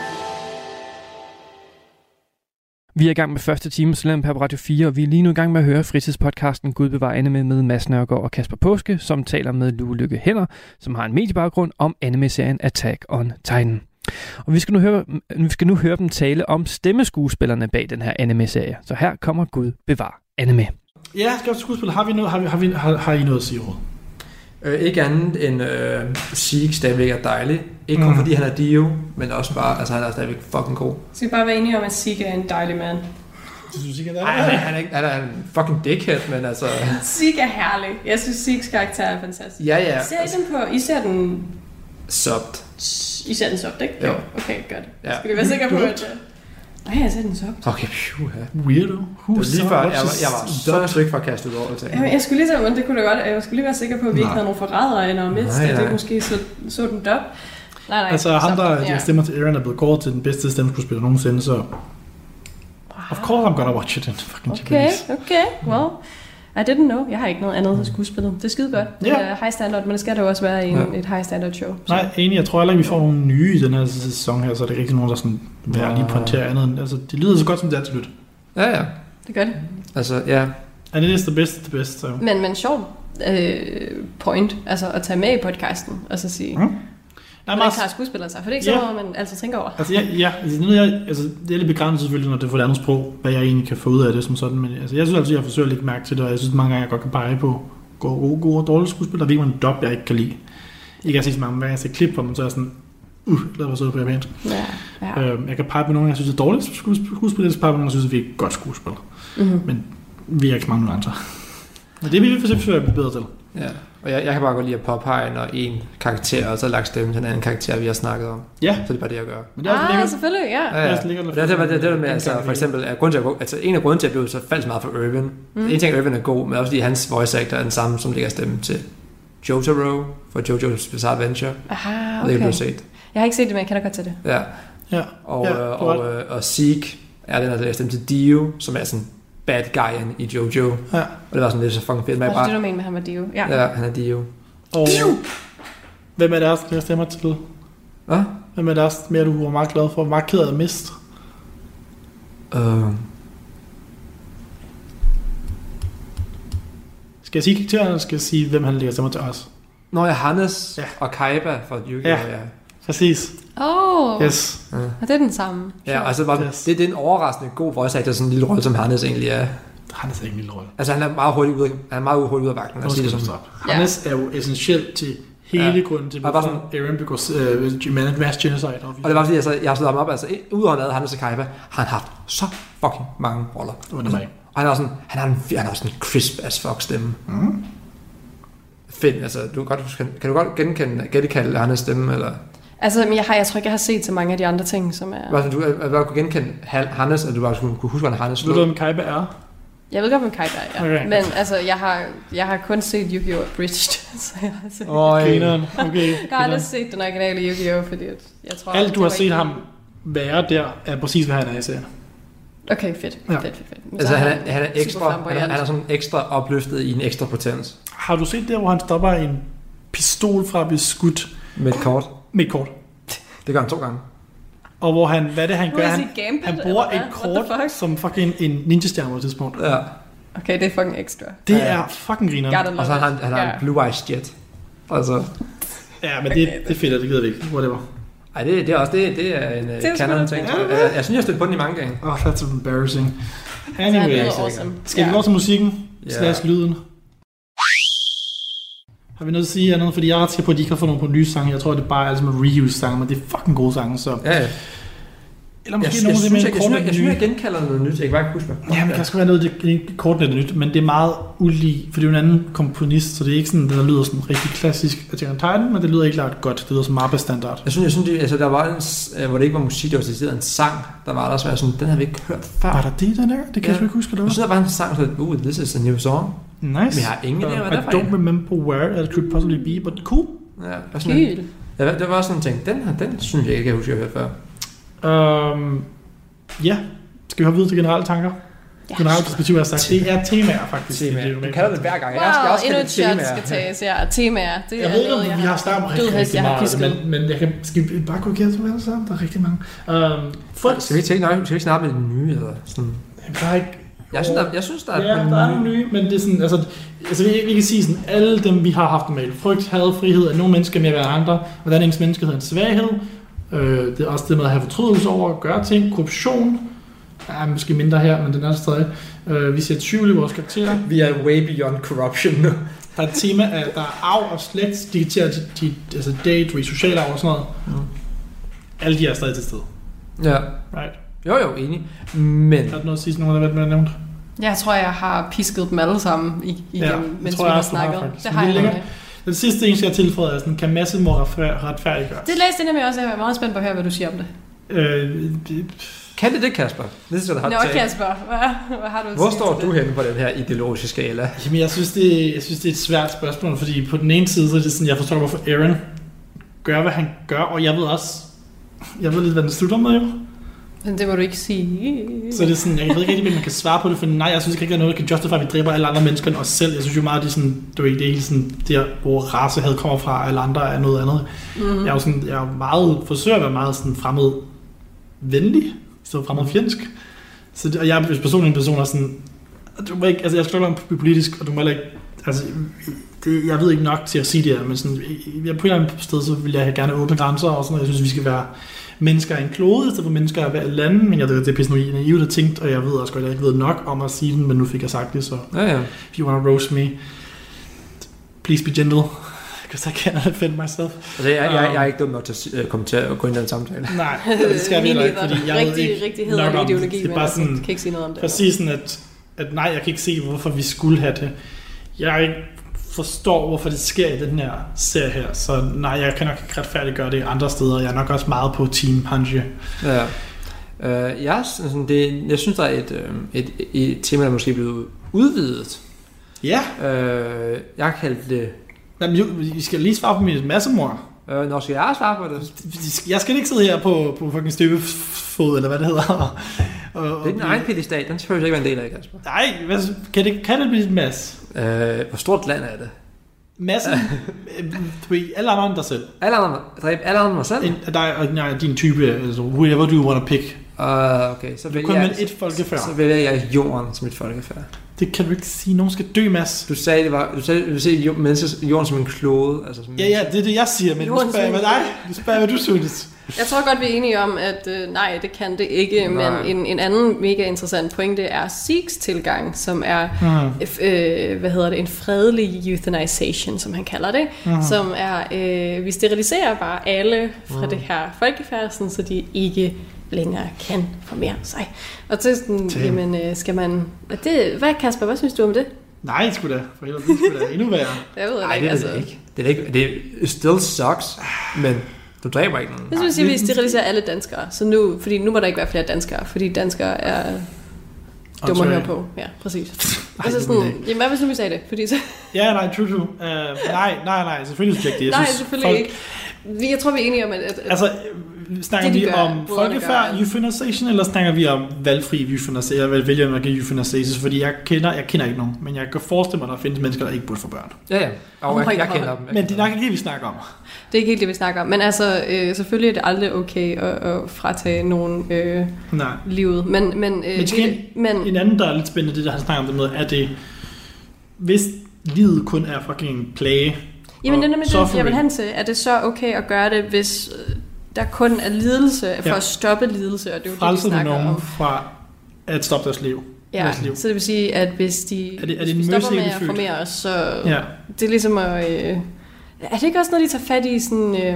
Vi er i gang med første time Slam på Radio fire, og vi er lige nu i gang med at høre fritidspodcasten Gud bevar anime med Mads Nørgaard og Kasper Påske, som taler med Lue Lykke Hænder, som har en mediebaggrund om anime-serien Attack on Titan. Og vi skal, nu høre, vi skal nu høre dem tale om stemmeskuespillerne bag den her anime-serie. Så her kommer Gud bevar anime. Ja, skal vi skuespiller. Har vi noget, har, vi, har, vi, har, har I noget at sige over? Øh, ikke andet end øh, Zeke stadigvæk er dejlig. Ikke kun mm. fordi han er Dio, men også bare, altså han er stadigvæk fucking god. Skal vi bare være enige om, at Zeke er en dejlig mand? Synes du, Nej, han, han, er ikke, han er en fucking dickhead, men altså... Zeke er herlig. Jeg synes, Zekes karakter er fantastisk. Ja, ja. Ser I den på? I ser den... Subt. I ser den subt, ikke? Jo. Okay, godt. Ja. Skal vi være sikre på, at... Nej, jeg ser den subt. Okay, phew, ja. Weirdo. Who det lige før, jeg, var, jeg var så tryg for at kaste ud over det. Jamen, jeg skulle lige så, men det kunne da godt... Jeg skulle lige være sikker på, at vi nej. ikke havde nogen forrædere ind og midst, at det måske så, så den dop. Nej, nej. Altså, ham, der ja. stemmer til Aaron, er blevet kåret til den bedste stemmeskuespiller nogensinde, så... Of course I'm gonna watch it in fucking Okay, Japanese. Okay, well, I didn't know. Jeg har ikke noget andet skuespillet. Det er skide godt. Det er high standard, men det skal da også være i en, ja. et high standard show. Så. Nej, enig. Jeg tror heller ikke, vi får nogle nye i den her sæson her, så er det ikke nogen, der sådan vil lige pointere andet. Altså, det lyder så godt, som det er til lyt. Ja, ja. Det gør det. Altså, ja. And it is the best, the best. So. Men, men sjov øh, point, altså at tage med i podcasten, og så sige... Mm. Nej, men ikke har skuespiller sig, for det er ikke ja. så noget, man altid tænker over. Altså, ja, ja altså, jeg, altså, det er lidt begrænset selvfølgelig, når det er for et andet sprog, hvad jeg egentlig kan få ud af det som sådan, men altså, jeg synes altid, jeg forsøger at lægge mærke til det, og jeg synes mange gange, jeg godt kan pege på gode, gode, gode og dårlige skuespillere, der er en dub, jeg ikke kan lide. Ikke at sige så mange, hver gang jeg ser klip på dem, så er jeg sådan, uh, lad mig så på pænt. Ja, ja. Øhm, jeg kan pege på nogen, jeg synes er dårligt skuespiller, jeg kan pege på nogen, jeg synes, at vi er godt skuespiller. Mm-hmm. Men vi er ikke så mange andre. Men det vil vi for eksempel blive bedre til. Ja, og jeg, jeg kan bare godt lide at påpege, når en karakter og så lagt stemme til en anden karakter, vi har snakket om. Ja. Så det er bare det, jeg gør. Men det er også ah, lækkert. selvfølgelig, ja. Ja, ja. Det er det, det, det, det med, altså, for eksempel, er grund til, at, altså, en af grunden til, at jeg blev så faldt meget for Irvin. Mm. En ting, Irvin er god, men også fordi hans voice actor er den samme, som lægger stemme til Jotaro for JoJo's Bizarre Adventure. Aha, okay. Det er set. Jeg har ikke set det, men jeg kender godt til det. Ja. Ja. Og, ja, og, og, og, og Zeke er den, der lægger stemme til Dio, som er sådan bad guyen i JoJo. Ja. Og det var sådan lidt så fucking fedt. Det er det, du mener med, han var Dio. Ja, ja han er Dio. Og Dio! Hvem er deres, der stemmer til? Hvad? Hvem er deres mere, du var meget glad for? Meget ked af at miste? Uh. Skal jeg sige karakteren, eller skal jeg sige, hvem han lægger stemmer til os? Nå, ja, Hannes ja. og Kaiba fra Yu-Gi-Oh! Ja, ja. Præcis. Åh, oh. Yes. Ja. Og det er den samme. Ja, altså bare, yes. det, det er en overraskende god voice actor, sådan en lille rolle, som Hannes egentlig er. Hannes er ikke en lille rolle. Altså, han er meget hurtigt ud af, han er meget hurtigt ud af vagten. Sige det sådan. Ja. Hannes er jo essentielt til hele ja. grunden til, hvorfor Aaron begår uh, mass genocide. Og det var fordi, altså, jeg har slået ham op, altså, udover at Hannes og Kaiba, har han haft så fucking mange roller. Det var det mig. Og han har sådan, han har en, han har sådan en crisp as fuck stemme. Mm. Fedt, altså, du godt, kan, kan du godt genkende, genkalde Hannes stemme, eller... Altså, jeg, har, jeg tror ikke, jeg har set så mange af de andre ting, som er... Altså, du har kunne genkende Hannes, eller du bare kunne huske, hvordan Hannes slog? Ved du, hvem Kaiba er? Jeg ved godt, hvem Kaiba er, ja. Okay. Men altså, jeg har, jeg har kun set Yu-Gi-Oh! Abridged, så jeg har set... Åh, okay. Jeg har aldrig set den originale Yu-Gi-Oh! Fordi jeg tror... Alt, du har set ham være der, er præcis, hvad han er i serien. Okay, fedt. Ja. fedt, fedt, fedt. Altså, han er, han er ekstra, han er, han er sådan ekstra opløftet i en ekstra potens. Har du set der, hvor han stopper en pistol fra at blive skudt? Med et kort. Med et kort. Det gør han to gange. Og hvor han, hvad det han gør, han, gambit, han bruger et kort som fucking en ninja-stjerne på et tidspunkt. Ja. Okay, det er fucking ekstra. Det ja. er fucking griner. Og så har han, han har yeah. en blue eyes jet. Altså. Ja, men det, det er fedt, det gider vi ikke. Whatever. Ej, det, det er også det, det er en det er canon ting. Ja. Jeg, jeg synes, jeg stødte på den i mange gange. Oh, that's embarrassing. Anyway, awesome. Skal vi gå til musikken? Yeah. Slash lyden. Har vi noget at sige andet? Fordi jeg er ret sikker på, at de ikke har fået nogle på nye sange. Jeg tror, det er bare altså med reuse-sange, men det er fucking gode sange, så... Ja, ja. Eller måske jeg, nogle jeg, af det med jeg, jeg, jeg, jeg synes, jeg genkalder noget nyt. Jeg kan bare ikke huske, hvad. Ja, men kan sgu være noget, det er kortnet nyt, men det er meget ulig, for det er jo en anden komponist, så det er ikke sådan, det der lyder sådan rigtig klassisk Attack on Titan, men det lyder ikke klart godt. Det lyder som Mappa-standard. Jeg synes, jeg synes, det, altså, der var en, hvor det ikke var musik, der var decideret en sang, der var der, så sådan, den har vi ikke hørt før. Var der det, den der? Det kan ja. jeg ikke huske, hvad det var. Jeg synes, der var en sang, så uh, this is a new song. Nice. Men jeg har ingen idé, hvad der var. I don't remember where it could possibly be, but cool. Ja, sådan, ja, det var sådan en ting. Den her, den synes jeg ikke, jeg husker, jeg har hørt før. Um, Ja, skal vi hoppe videre til generelle tanker? Ja. Generelle perspektiver er sagt. Det er temaer, faktisk. Temaer. Du kalder det hver gang. Wow, jeg skal også endnu et shot skal tages. Ja, temaer. Det jeg er ved ikke, om vi har snakket om rigtig, rigtig meget, men, men jeg kan, skal vi bare gå igennem til alle sammen? Der er rigtig mange. Um, folk... Skal vi ikke tænke, skal vi ikke snakke med den nye? Eller sådan? Der er ikke... Jeg synes, der, jeg synes, der er... Ja, der er nogle nye, men det er sådan... Altså, altså vi, vi kan sige sådan, alle dem, vi har haft med frygt, had, frihed, at nogle mennesker mere end andre, hvordan ens menneskehed er en svaghed. Øh, det er også det med at have fortrydelse over at gøre ting, korruption, Ja, måske mindre her, men den er stadig. Uh, vi ser tvivl i vores karakterer. Vi er way beyond corruption nu. Der er et tema af, der er arv og slægt, digiterer de, de, altså date, social arv og sådan noget. Mm. Alle de er stadig til stede. Ja. Right. Jo, jo, enig. Men... Har du noget at sige til nogen, der har været nævnt? Jeg tror, jeg har pisket dem alle sammen igennem, ja, mens vi har snakket. Har, det har jeg længere. Den sidste en, jeg har tilføjet, er sådan, kan massemord retfærdiggøres? Det læste jeg nemlig også, jeg er meget spændt på at høre, hvad du siger om det. Øh, kan det det, Kasper? Det er, Nå, Kasper, hvad, hvad har du at Hvor sige står du det? henne på den her ideologiske skala? Jamen, jeg synes, det, jeg synes, det er et svært spørgsmål, fordi på den ene side, så er det sådan, jeg forstår, hvorfor Eren gør, hvad han gør, og jeg ved også, jeg ved lidt, hvad den slutter med, jo. Men det må du ikke sige. Så det er sådan, jeg ved ikke rigtig, om man kan svare på det, for nej, jeg synes ikke, der er noget, der kan justify, at vi dræber alle andre mennesker end os selv. Jeg synes jo meget, at det er sådan, det er ikke det hele sådan, der, hvor racehad kommer fra, alle andre er noget andet. Mm-hmm. Jeg er jo sådan, jeg er meget, forsøger at være meget sådan fremmed venlig, i stedet for fremmed fjendsk. Så det, og jeg er personligt en person, der er sådan, du må ikke, altså jeg skal nok være politisk, og du må heller ikke, altså, det, jeg ved ikke nok til at sige det her, men sådan, jeg, på et eller andet sted, så vil jeg gerne åbne grænser, og sådan, og jeg synes, vi skal være mennesker er en klode, i stedet for mennesker er hver lande, men jeg ved, det er pisse naivt at tænkt, og jeg ved også godt, at jeg ikke ved nok om at sige den, men nu fik jeg sagt det, så ja, ja. If you wanna roast me, please be gentle, because I can't defend myself. Altså, jeg, jeg, jeg er ikke dum nok til at kommentere og gå ind i den samtale. Nej, det skal vi heller ikke, fordi jeg rigtig, ved ikke rigtig nok om ideologi, det. Det er bare sådan, kan ikke sige noget om det. Præcis sådan, at, at nej, jeg kan ikke se, hvorfor vi skulle have det. Jeg ikke forstår, hvorfor det sker i den her serie her. Så nej, jeg kan nok ikke retfærdiggøre det andre steder. Jeg er nok også meget på Team Hanji. Ja. Uh, jeg, sådan, det, jeg synes, der er et, et, et, et tema, der måske er blevet udvidet. Ja. Uh, jeg har kaldt det... Jamen, jo, vi skal lige svare på mit massemord. Uh, når skal jeg svare på det? Jeg skal ikke sidde her på, på fucking støbefod, eller hvad det hedder. Og, og, det er din egen pedestal. Den skal jo ikke være en del af, Kasper. Nej, hvad, kan, det, kan det blive et mas? Uh, hvor stort land er det? Massen? Alle andre end dig selv. Alle andre? Dræb alle andre end mig selv? En, dig og nej, din type, altså whoever do you want to pick. Uh, okay, så vælger jeg... et folkefærd. Så vælger jeg jorden som et folkefærd. Det kan du ikke sige. Nogen skal dø, Mads. Du sagde, det var, du sagde, du ville se jorden som en klode. Altså som ja, ja, det er det, jeg siger, men jorden du spørger, hvad dig. Du spørger, hvad du synes. Jeg tror godt, vi er enige om, at øh, nej, det kan det ikke, nej. Men en, en anden mega interessant pointe er Zeke's tilgang, som er, mm. øh, hvad hedder det, en fredelig euthanization, som han kalder det, mm. som er, øh, vi steriliserer bare alle fra mm. det her folkefærd, så de ikke længere kan formere sig. Og så sådan, jamen, øh, skal man... Det, hvad, Kasper, hvad synes du om det? Nej, det skulle da. For helvede, det skulle da endnu værre. Jeg ved Nej, ikke, det er altså. det ikke. Det er ikke. Det still sucks, men du dræber ikke nogen. Jeg synes, at vi steriliserer alle danskere. Så nu, fordi nu må der ikke være flere danskere, fordi danskere er dumme at høre på. Ja, præcis. Ej, altså sådan, jamen, hvad hvis nu vi sagde det? Fordi så... ja, nej, true, true. Uh, nej, nej, nej, selvfølgelig synes jeg ikke det. Jeg nej, synes, selvfølgelig folk... ikke. Jeg tror, vi er enige om, at... at altså, snakker det, de vi gør, om folkefærd euthanization, eller snakker vi om valgfri euthanization, eller vælger man at give euthanization? Fordi jeg kender, jeg kender ikke nogen, men jeg kan forestille mig, at der findes mennesker, der ikke burde få børn. Ja, ja. Og oh jeg, jeg kender dem. Men det er nok ikke det, vi snakker om. Det er ikke helt det, vi snakker om. Men altså, øh, selvfølgelig er det aldrig okay at, at fratage nogen øh, livet. Men, men, øh, men, skal, men en anden, der er lidt spændende, det der han snakker om det med, er det, hvis livet kun er fucking plage. Jamen det er nemlig det, jeg vil hen til. Er det så okay at gøre det, hvis der kun er lidelse, for ja. At stoppe lidelse, og det er jo frelser det, vi snakker om. Fra at stoppe deres liv. Ja, deres liv. Så det vil sige, at hvis de er det, er det hvis vi stopper med at formere os, så ja. Det er ligesom at... Øh, er det ikke også noget, de tager fat i sådan øh,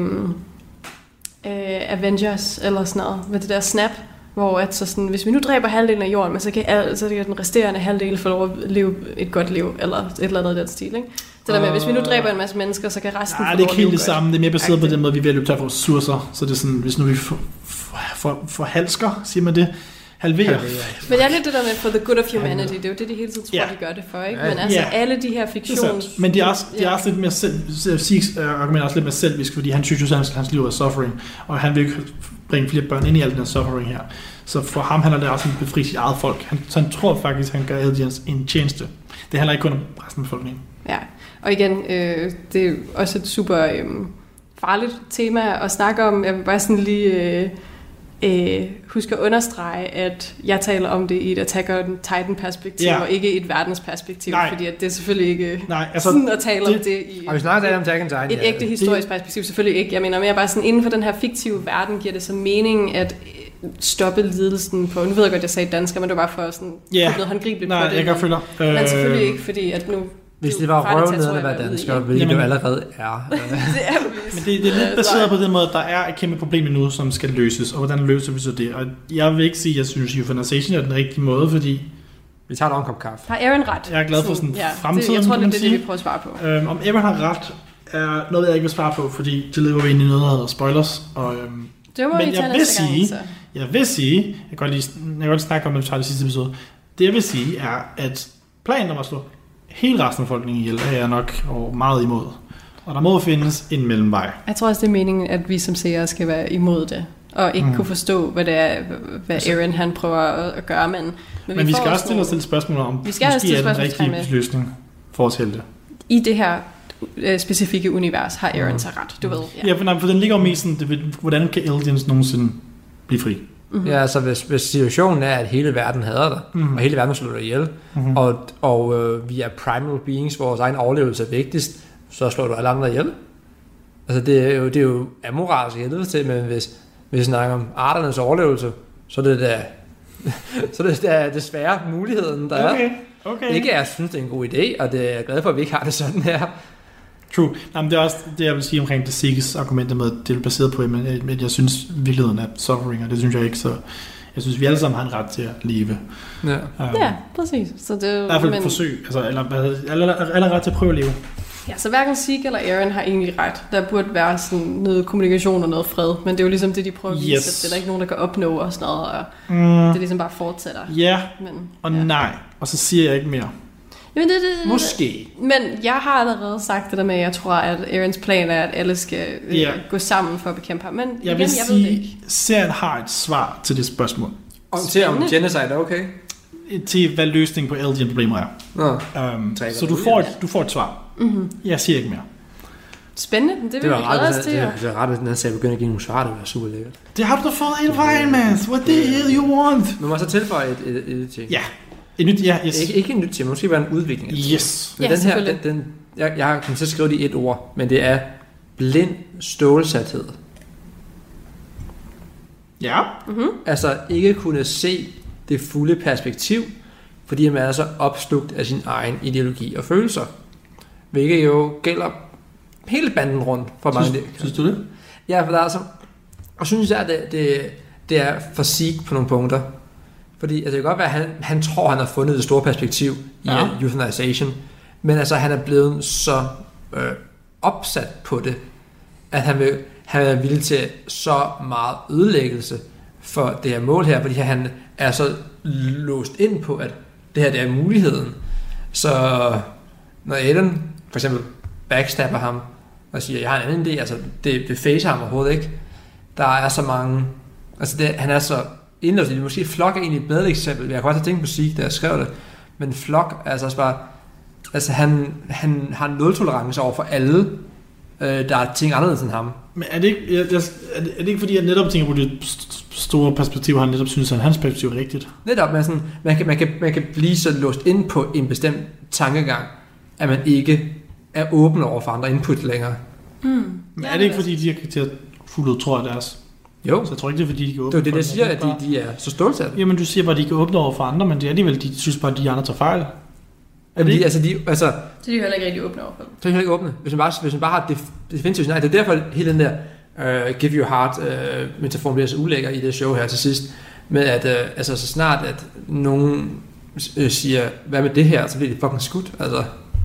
øh, Avengers, eller sådan noget, med det der snap, hvor at så sådan, hvis vi nu dræber halvdelen af jorden, men så kan, så kan den resterende halvdel få lov at leve et godt liv, eller et eller andet den stil, ikke? Det der med, hvis vi nu dræber en masse mennesker, så kan resten nej, få det er ikke helt det godt. samme. Det er mere baseret på den måde, vi er ved at løbe tør for ressourcer. Så det er sådan, hvis nu vi for, for, for, forhalsker, siger man det, halverer. halverer. Men det er lidt det der med for the good of humanity. Det er jo det, de hele tiden tror, yeah. de gør det for, ikke? Men altså, yeah. alle de her fiktions... Det men det er også, det er også lidt mere selv... Zeke's argument er også lidt mere selvisk, fordi han synes jo, at hans liv er suffering, og han vil ikke bringe flere børn ind i al den her suffering her. Så for ham handler det også om at befri sit eget folk. Han, så han tror faktisk, at han gør Eldians en tjeneste. Det handler ikke kun om resten af befolkningen. Ja, og igen, øh, det er også et super øh, farligt tema at snakke om. Jeg vil bare sådan lige øh, øh, huske at understrege, at jeg taler om det i et Attack on Titan-perspektiv, ja. Og ikke et verdensperspektiv, nej. Fordi at det er selvfølgelig ikke nej, altså, sådan at tale det, om det i og vi snakker om Attack on Titan, et ægte ja. Historisk det, perspektiv. Selvfølgelig ikke. Jeg mener mere bare sådan, inden for den her fiktive verden giver det så mening, at stoppe lidelsen på, nu ved jeg godt, jeg sagde dansker, men det var bare for sådan, yeah. noget håndgribeligt Nej, på det. jeg kan følge. Men selvfølgelig ikke, fordi at nu... Hvis det var røvnederne at være dansker, hvilket jo allerede er. det er Men det, det er lidt baseret på den måde, at der er et kæmpe problem nu, som skal løses, og hvordan løser vi så det? Og jeg vil ikke sige, at jeg synes, at euthanization er den rigtige måde, fordi... Vi tager det om kop kaffe. Har Aaron ret? Jeg er glad for sådan ja, fremtiden, det, jeg tror, det er det, sige. vi prøver at svare på. Øhm, om Aaron har ret, er noget, jeg ikke vil svare på, fordi det leder vi ind i noget, der hedder spoilers. Og, øhm, det må men vi tage jeg vil næste sige, gang, så. jeg vil sige, jeg kan godt, lige, jeg kan godt snakke om, når vi tager det sidste episode. Det jeg vil sige er, at planen om at slå hele resten af befolkningen ihjel, er jeg nok meget imod. Og der må findes en mellemvej. Jeg tror også, det er meningen, at vi som seere skal være imod det, og ikke mm. kunne forstå, hvad det er, hvad Aaron han prøver at gøre. Men, men, men vi, vi skal også stille os nogle... til spørgsmål om, vi skal måske er den rigtige med. løsning for os helte. I det her øh, specifikke univers har Aaron mm. så ret, du ved. Ja, ja for, nej, for den ligger jo mest sådan, det, hvordan kan aliens nogensinde blive fri? Mm-hmm. Ja, altså hvis, hvis situationen er, at hele verden hader dig, mm-hmm. og hele verden slår dig ihjel, mm-hmm. og, og øh, vi er primal beings, hvor vores egen overlevelse er vigtigst, så slår du alle andre ihjel. Altså det er jo, det er jo amoralsk helvede til, men hvis, hvis vi snakker om arternes overlevelse, så er det da, så er det da desværre muligheden, der okay. er. Okay. Ikke at jeg synes, det er en god idé, og det er jeg glad for, at vi ikke har det sådan her. True. Jamen, det er også det, jeg vil sige omkring det Sigges argument med, at det er baseret på, at jeg synes, virkeligheden er suffering, og det synes jeg ikke, så jeg synes, vi alle sammen har en ret til at leve. Ja, um, ja præcis. Så det er i hvert fald men... et forsøg, altså, eller alle har ret til at prøve at leve. Ja, så hverken Sig eller Aaron har egentlig ret. Der burde være sådan noget kommunikation og noget fred, men det er jo ligesom det, de prøver at vise, yes. at det er der ikke nogen, der kan opnå og sådan noget, og mm. det ligesom bare fortsætter. Ja, men, og ja. nej, og så siger jeg ikke mere. Jamen, det, det, det, Måske. Men jeg har allerede sagt det der med, at jeg tror, at Aarons plan er, at alle skal yeah. øh, gå sammen for at bekæmpe ham. Men jeg igen, vil jeg sige, ved det ikke. serien har et svar til det spørgsmål. Om til om genocide er okay? Til hvad løsningen på alien problemer er. Nå, um, så du får, et, du får et svar. Mm-hmm. Jeg siger ikke mere. Spændende, det vil det vi glæde os til. Det var ret, hvis den her serie begynder at give nogle svar, det var super lækkert. Det har du da fået hele vejen, man. What the hell you want? Nu må jeg så tilføje et, et, et, et ting. Ja. Et nyt, ja, yes. Ikke, ikke en nyt ting, måske bare en udvikling. Yes. Ja, den her, den, den, jeg, jeg har kommet til at skrive det i et ord, men det er blind stålsathed. Ja. Mm-hmm. Altså ikke kunne se det fulde perspektiv, fordi man er så opslugt af sin egen ideologi og følelser. Hvilket jo gælder hele banden rundt for mange. Synes, synes du det? Ja, for der er så... Og synes jeg, at det, det, det er for sig på nogle punkter. Fordi altså, det kan godt være, at han, han tror, han har fundet det store perspektiv i ja. euthanization, men altså han er blevet så øh, opsat på det, at han, vil, han er villig til så meget ødelæggelse for det her mål her, fordi han er så låst ind på, at det her det er muligheden. Så når Ellen for eksempel backstabber ham og siger, jeg har en anden idé, altså det, det facer ham overhovedet ikke. Der er så mange, altså det, han er så indløsende. Måske Flock er egentlig et bedre eksempel. Jeg kan også have tænkt på Sig, da jeg skrev det, men Flock er altså også bare, altså han, han har nul tolerance over for alle, øh, der er ting anderledes end ham. Men er det ikke, jeg, jeg, er det, er det ikke fordi, jeg netop tænker på det store perspektiv, han netop synes, at hans perspektiv er rigtigt? Netop, man, sådan, man, kan, man, kan, man kan blive så låst ind på en bestemt tankegang, at man ikke er åben over for andre input længere. Mm. Men er det ikke fordi, de her karakterer fuldt ud tror, at deres... Jo. Så jeg tror ikke, det er fordi, de kan åbne. Det er det, der siger, at de, de er så stålsatte. Jamen, du siger bare, at de kan åbne over for andre, men det er alligevel, de synes bare, at de andre tager fejl. Jamen, de, altså, de, altså, så de er heller ikke rigtig åbne over for dem. Så er de heller ikke åbne. Hvis man bare, hvis man bare har det definitivt nej, det er derfor hele den der uh, give your heart uh, metaforen bliver så ulækker i det show her til sidst, med at uh, altså, så snart at nogen uh, siger, hvad med det her, så bliver de fucking skudt. Altså.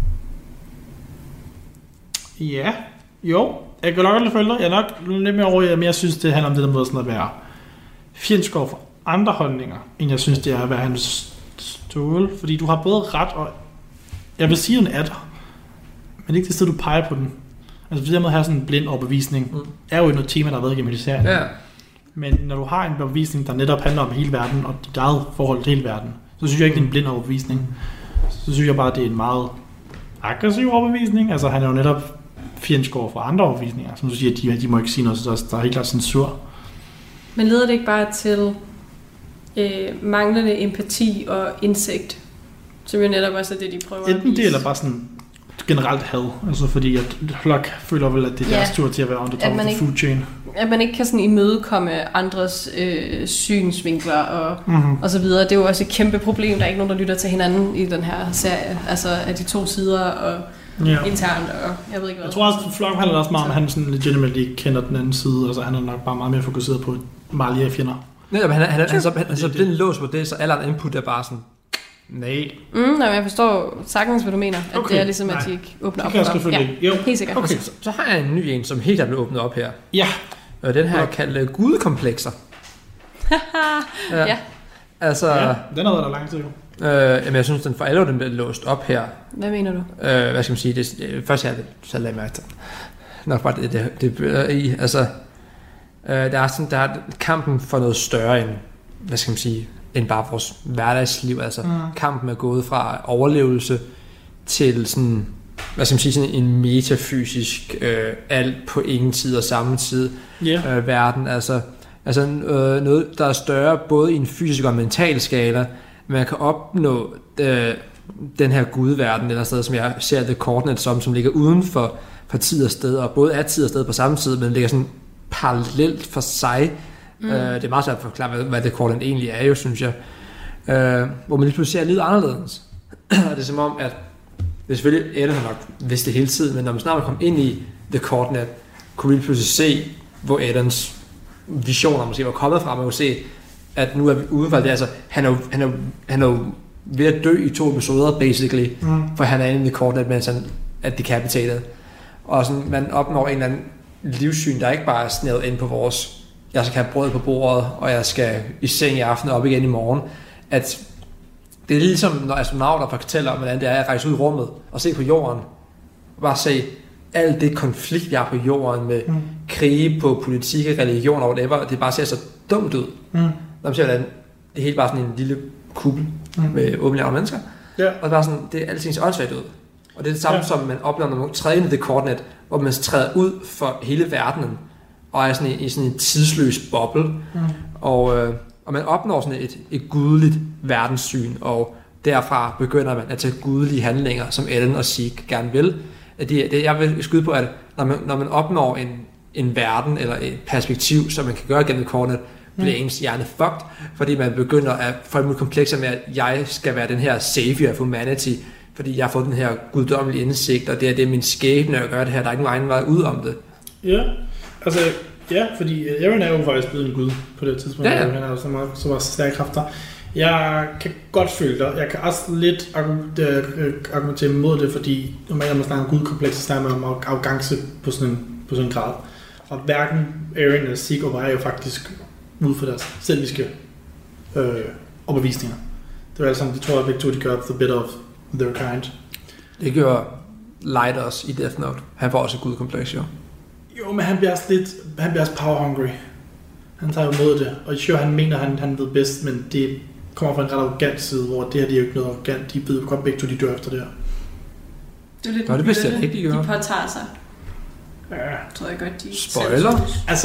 Ja, jo. Jeg kan nok godt følge dig. Jeg er nok lidt mere over, men jeg synes, det handler om det der måde sådan at være fjendsk over for andre holdninger, end jeg synes, det er at være hans stål. Fordi du har både ret og... Jeg vil sige, at den er der, men ikke det sted, du peger på den. Altså, for det med at have sådan en blind overbevisning, mm. er jo noget tema, der har været gennem serien. Ja. Men når du har en overbevisning, der netop handler om hele verden, og dit eget forhold til hele verden, så synes jeg ikke, det er en blind overbevisning. Så synes jeg bare, det er en meget aggressiv overbevisning. Altså, han er jo netop fjendsk over for andre overbevisninger. Som du siger, de, de må ikke sige noget, så der er helt klart censur. Men leder det ikke bare til øh, manglende empati og indsigt, som jo netop også er det, de prøver Enten at vise? det, eller bare sådan generelt had. Altså fordi at Flock føler vel, at det er Ja. deres tur til at være on the top of the ikke- food chain. At man ikke kan sådan imødekomme andres øh, synsvinkler og, Mm-hmm. og så videre. Det er jo også et kæmpe problem. Der er ikke nogen, der lytter til hinanden i den her serie. Altså af de to sider og Ja. internt og jeg ved ikke hvad. Jeg tror også, at Flock handler også meget om, at han sådan legitimately ikke kender den anden side. Altså han er nok bare meget mere fokuseret på Marley og fjender. Nej, men han, han, han, han, han, han, så blind lås på det, så alle andre input er bare sådan, nej. Mm, nej, men jeg forstår sagtens, hvad du mener. At Okay, det er ligesom, at nej. de ikke åbner Det op kan jeg for. selvfølgelig ikke. Jo. helt sikkert. Okay, så, så har jeg en ny en, som helt er blevet åbnet op her. Ja. Og den her er Ja. kaldt uh, gudekomplekser. Ja. Altså, ja. Den har været der lang tid jo. øh, jamen, jeg synes, den for alvor den bliver låst op her. Hvad mener du? Øh, hvad skal man sige? Det, øh, først jeg så lagde mærke til. Nok bare det, det, det bliver i. Altså, øh, der er sådan, der er kampen for noget større end, hvad skal man sige, end bare vores hverdagsliv. Altså, Mm. kampen er gået fra overlevelse til sådan, hvad skal man sige, sådan en metafysisk, øh, alt på ingen tid og samme tid Ja. øh, verden. Altså, altså øh, noget, der er større både i en fysisk og mental skala. Man kan opnå øh, den her gudverden, eller sted, som jeg ser The Coordinate som, som ligger uden for, for tid og sted, og både er tid og sted på samme tid, men ligger sådan parallelt for sig. Mm. Øh, det er meget svært at forklare, hvad, hvad The Coordinate egentlig er jo, synes jeg. Øh, hvor man lige pludselig ser lidt anderledes. Og det er som om, at det er selvfølgelig, Ellen har nok vidst det hele tiden, men når man snart kommer ind i The Coordinate, kunne vi lige pludselig se, hvor Ellens visioner måske var kommet fra. Man kunne se, at nu er vi ude fra det. Altså, han er jo, han er, jo- han er jo ved at dø i to episoder, basically, Mm. for han er inde i The Coordinate, mens han er decapitated. Og sådan, man opnår en eller anden livssyn, der ikke bare er snævet ind på vores, jeg skal have brød på bordet, og jeg skal i seng i aften og op igen i morgen. At det er ligesom, når astronauter fortæller om, hvordan det er at rejse ud i rummet og se på jorden. Og bare se alt det konflikt, vi har på jorden med Mm. krige på politik, religion og whatever. Det bare ser så dumt ud. Mm. Når man ser, hvordan det er helt bare sådan en lille kuppel Mm. med otte milliarder mennesker. Ja. Og det er bare sådan, det er alting så åndssvagt ud. Og det er det samme, Ja. ja. som man oplever, når man træder ind i The Coordinate, hvor man træder ud for hele verdenen, og er sådan i, i sådan en tidsløs boble. Mm. Og, øh, og man opnår sådan et, et gudeligt verdenssyn, og derfra begynder man at tage gudelige handlinger, som Ellen og Zeke gerne vil. At det, det, jeg vil skyde på, at når man, når man opnår en, en verden eller et perspektiv, som man kan gøre gennem The Coordinate, bliver ens hjerne fucked, fordi man begynder at få et komplekser med, at jeg skal være den her savior of humanity, fordi jeg har fået den her guddommelige indsigt, og det er det er min skæbne at gøre det her, der er ikke nogen egen vej ud om det. Ja, altså, ja, fordi Eren er jo faktisk blevet en gud på det tidspunkt. Ja, ja. Han har jo så meget, så meget stærke kræfter. Jeg kan godt føle dig. Jeg kan også lidt argu- øh, argumentere imod det, fordi normalt når man snakker om gudkompleks, så snakker man om arrogance på sådan en, på sådan en grad. Og hverken Eren eller Zeke opererer jo faktisk ud for deres selviske øh, overbevisninger. Det er altså, de tror, at begge to de gør the bit of their kind. Det gør Light også i Death Note. Han får også et gudkompleks, jo. Jo, men han bliver også lidt, han bliver også power hungry. Han tager jo mod det, og sure, han mener, han, han ved bedst, men det kommer fra en ret arrogant side, hvor det her, det er jo ikke noget arrogant. De ved jo godt begge to, de dør efter det her. Det er lidt Nå, det vidste jeg byrde, ikke, de gør. de påtager sig. Ja. Tror jeg godt, de Spoiler? selv synes. Altså,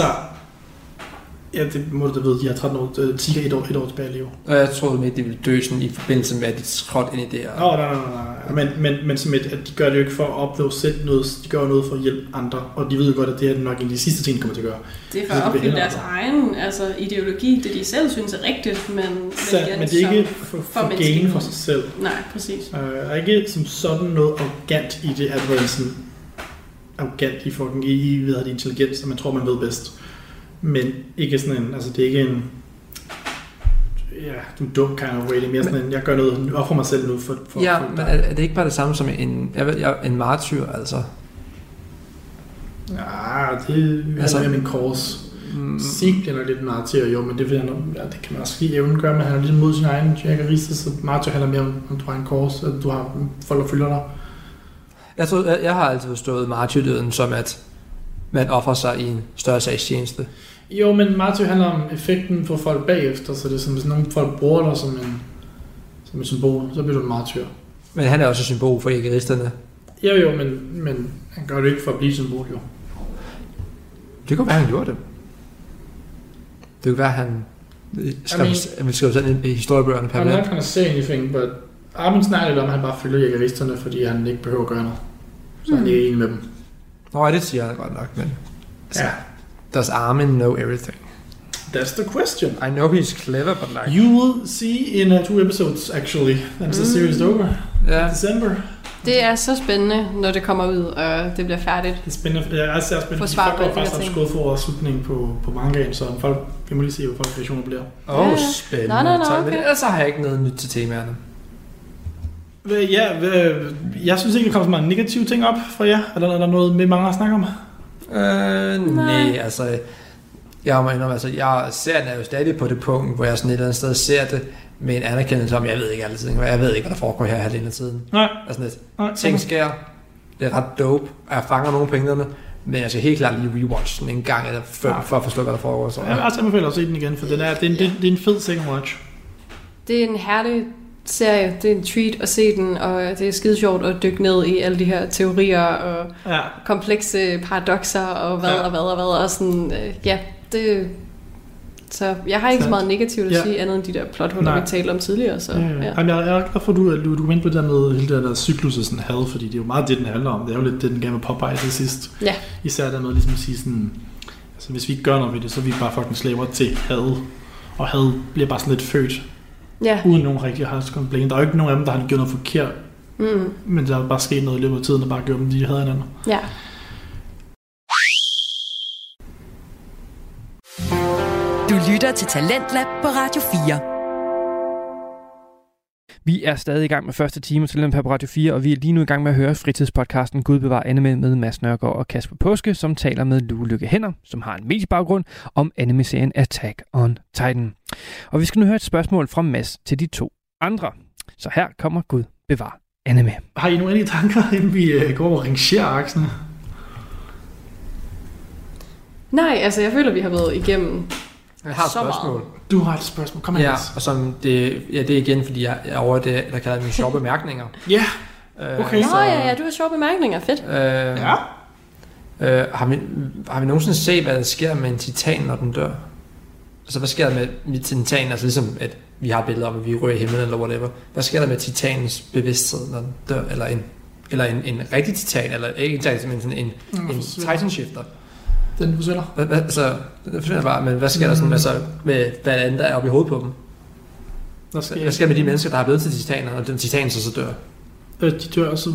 ja, det må du da vide, de har tretten år, øh, cirka et år, et år tilbage i livet. Og jeg troede med, at de ville dø sådan i forbindelse med, at de trådte ind i det her. Nå, nej, nej, nej, nej. Men, men, men som et, at de gør det jo ikke for at opnå selv noget, de gør noget for at hjælpe andre, og de ved jo godt, at det er nok en af de sidste ting, de kommer til at gøre. Det er for Så at det bliver opfylde deres hellere. egen altså, ideologi, det de selv synes er rigtigt, men, Så, igen, men det er ikke som- for, for for gain menneskeheden. for sig selv. Nej, præcis. Uh, der er ikke som sådan noget arrogant i det, at være sådan arrogant i fucking i, i ved det intelligens, og man tror, man ved bedst. Men ikke sådan en, altså det er ikke en, ja, du er dum kind of way, det er mere sådan en, jeg gør noget, jeg offrer mig selv nu for, for Ja, for men dig. er, er det ikke bare det samme som en, jeg ved, jeg, en martyr, altså? Ja, det er Altså- altså, mere min kors. Mm, Zeke bliver nok lidt martyr, jo, men det, vil han, ja, det kan man også sige, evnen gør, men han er lidt mod sin egen jægeriste, så martyr handler mere om, om du har en kors, at du har folk, der følger dig. jeg, tror, jeg, jeg har altid forstået martyrdøden som, at man offrer sig i en større sagstjeneste. Jo, men martyr handler om effekten på folk bagefter, så det er som, hvis nogle folk bruger dig som en, som et symbol, så bliver du en martyr. Men han er også et symbol for egeristerne. Jo, jo, men, men han gør det ikke for at blive et symbol, jo. Det kunne være, han gjorde det. Det kunne være, han skrev, I han skrev sådan i historiebøgerne I'm permanent. not gonna say anything, but Armin snakker lidt om, at han bare følger jægeristerne, fordi han ikke behøver at gøre noget. Så han er ikke enig med dem. Nå, det siger han godt nok, men... Ja. Does Armin know everything? That's the question. I know he's clever, but like... You will see in uh, two episodes, actually. That's the series is over. Yeah. December. Det er så spændende, når det kommer ud, og det bliver færdigt. Det er spændende. Jeg er også spændende. Forsvar Folk går faktisk skudt for slutningen på, på mangaen, så folk, vi må lige se, hvor folk reaktioner bliver. Åh, oh, Ja. spændende. Nå, nå, nå, okay. Men ellers har jeg ikke noget nyt til temaerne. Ja, jeg synes ikke, der kommer så mange negative ting op fra jer. Eller er der noget med mange at snakke om? Øh, nej, altså... Jeg må indrømme, altså, jeg ser den er jo stadig på det punkt, hvor jeg sådan et eller andet sted ser det med en anerkendelse om, jeg ved ikke altid, jeg ved ikke, hvad der foregår her halvdelen af tiden. Nej. Altså lidt, Nej. ting sker, det er ret dope, og jeg fanger nogle pengene, men jeg skal helt klart lige rewatch den en gang eller fem, ja. For at forstå, hvad der foregår. Så. Jeg altså anbefaler at se den igen, for den er, det, er en, det, det er en fed second watch. Det er en herlig serie, det er en treat at se den, og det er skide sjovt at dykke ned i alle de her teorier og ja. komplekse paradokser og hvad ja. og hvad og hvad, og sådan, øh, ja, det... Så jeg har ikke så, så meget negativt at ja. sige, andet end de der plothuller, vi talte om tidligere. Så, ja, ja. Ja. Jamen, jeg er glad for, at du, du, du kom ind på det der med hele det der cyklus og sådan had, fordi det er jo meget det, den handler om. Det er jo lidt det, den gerne vil påpege til sidst. Ja. Især der med ligesom at sige sådan, altså hvis vi ikke gør noget ved det, så er vi bare fucking slaver til had. Og had bliver bare sådan lidt født, ja. uden nogen rigtig har komplain. Der er jo ikke nogen af dem, der har gjort noget forkert, mm. men der er bare sket noget i løbet af tiden, der bare gjorde dem, de havde hinanden. Ja. Du lytter til Talentlab på Radio fire. Vi er stadig i gang med første time af Talentlab på Radio fire, og vi er lige nu i gang med at høre fritidspodcasten Gud bevar anime med Mads Nørgaard og Kasper Påske, som taler med Lue Lykke Hænder, som har en mediebaggrund, om anime-serien Attack on Titan. Og vi skal nu høre et spørgsmål fra Mads til de to andre. Så her kommer Gud bevar anime. Har I nogle endelige tanker, inden vi uh, går og rangerer aksene? Nej, altså jeg føler, vi har været igennem. Jeg har et spørgsmål. Du har et spørgsmål. Kom ja, og som det, ja, det er igen, fordi jeg er over det, der kalder mine sjove bemærkninger. Ja, yeah. okay. Øh, Nå ja, ja, du har sjove bemærkninger. Fedt. Øh, ja. Øh, har, vi, har vi nogensinde set, hvad der sker med en titan, når den dør? Altså, hvad sker der med, med titanen? Altså ligesom, at vi har billeder om, at vi rører i himlen eller whatever. Hvad sker der med titanens bevidsthed, når den dør? Eller en, eller en, en rigtig titan, eller ikke en titan, men sådan en, mm, en titan shifter. Den forsvinder. Hvad, hvad, altså, den forsvinder bare, men hvad sker mm. der sådan, altså, med hvad andet der er oppe i hovedet på dem? Hvad sker, hvad sker der med de mennesker, der har blevet til titaner, og den titan så, så dør? Øh, de dør så...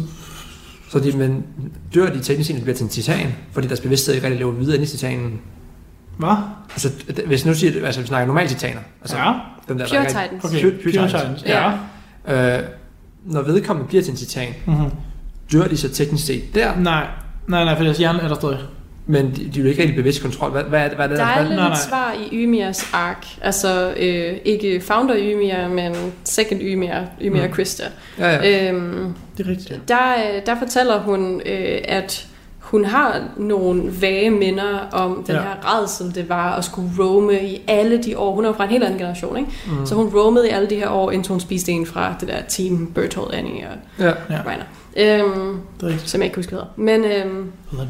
Så de, men dør de teknisk set, bliver til en titan, fordi deres bevidsthed ikke rigtig lever videre ind i titanen? Hvad? Altså, hvis nu siger, altså vi snakker normale titaner. Altså, ja. Den der, Pure der Titans. Okay, Pure, pure, pure Titans. Ja. ja. Øh, når vedkommende bliver til en titan, mm-hmm. dør de så teknisk set der? Nej, nej, nej, for deres hjerne er der stadig. Men de, de er jo ikke rigtig bevidst kontrol. Hvad, hvad, hvad er det der? Der er hvad? lidt et svar i Ymirs ark. Altså, øh, ikke founder Ymir, men second Ymir, Ymir mm. Krista. Ja, ja. Øhm, det er rigtigt. Der, der fortæller hun, øh, at hun har nogle vage minder om den ja. her rædsel, det var at skulle roame i alle de år. Hun er jo fra en helt anden generation, ikke? Mm. Så hun roamede i alle de her år, indtil hun spiste en fra det der team, Berthold, Annie og ja. Reiner. Øhm, som jeg ikke husker hedder. Men, øhm,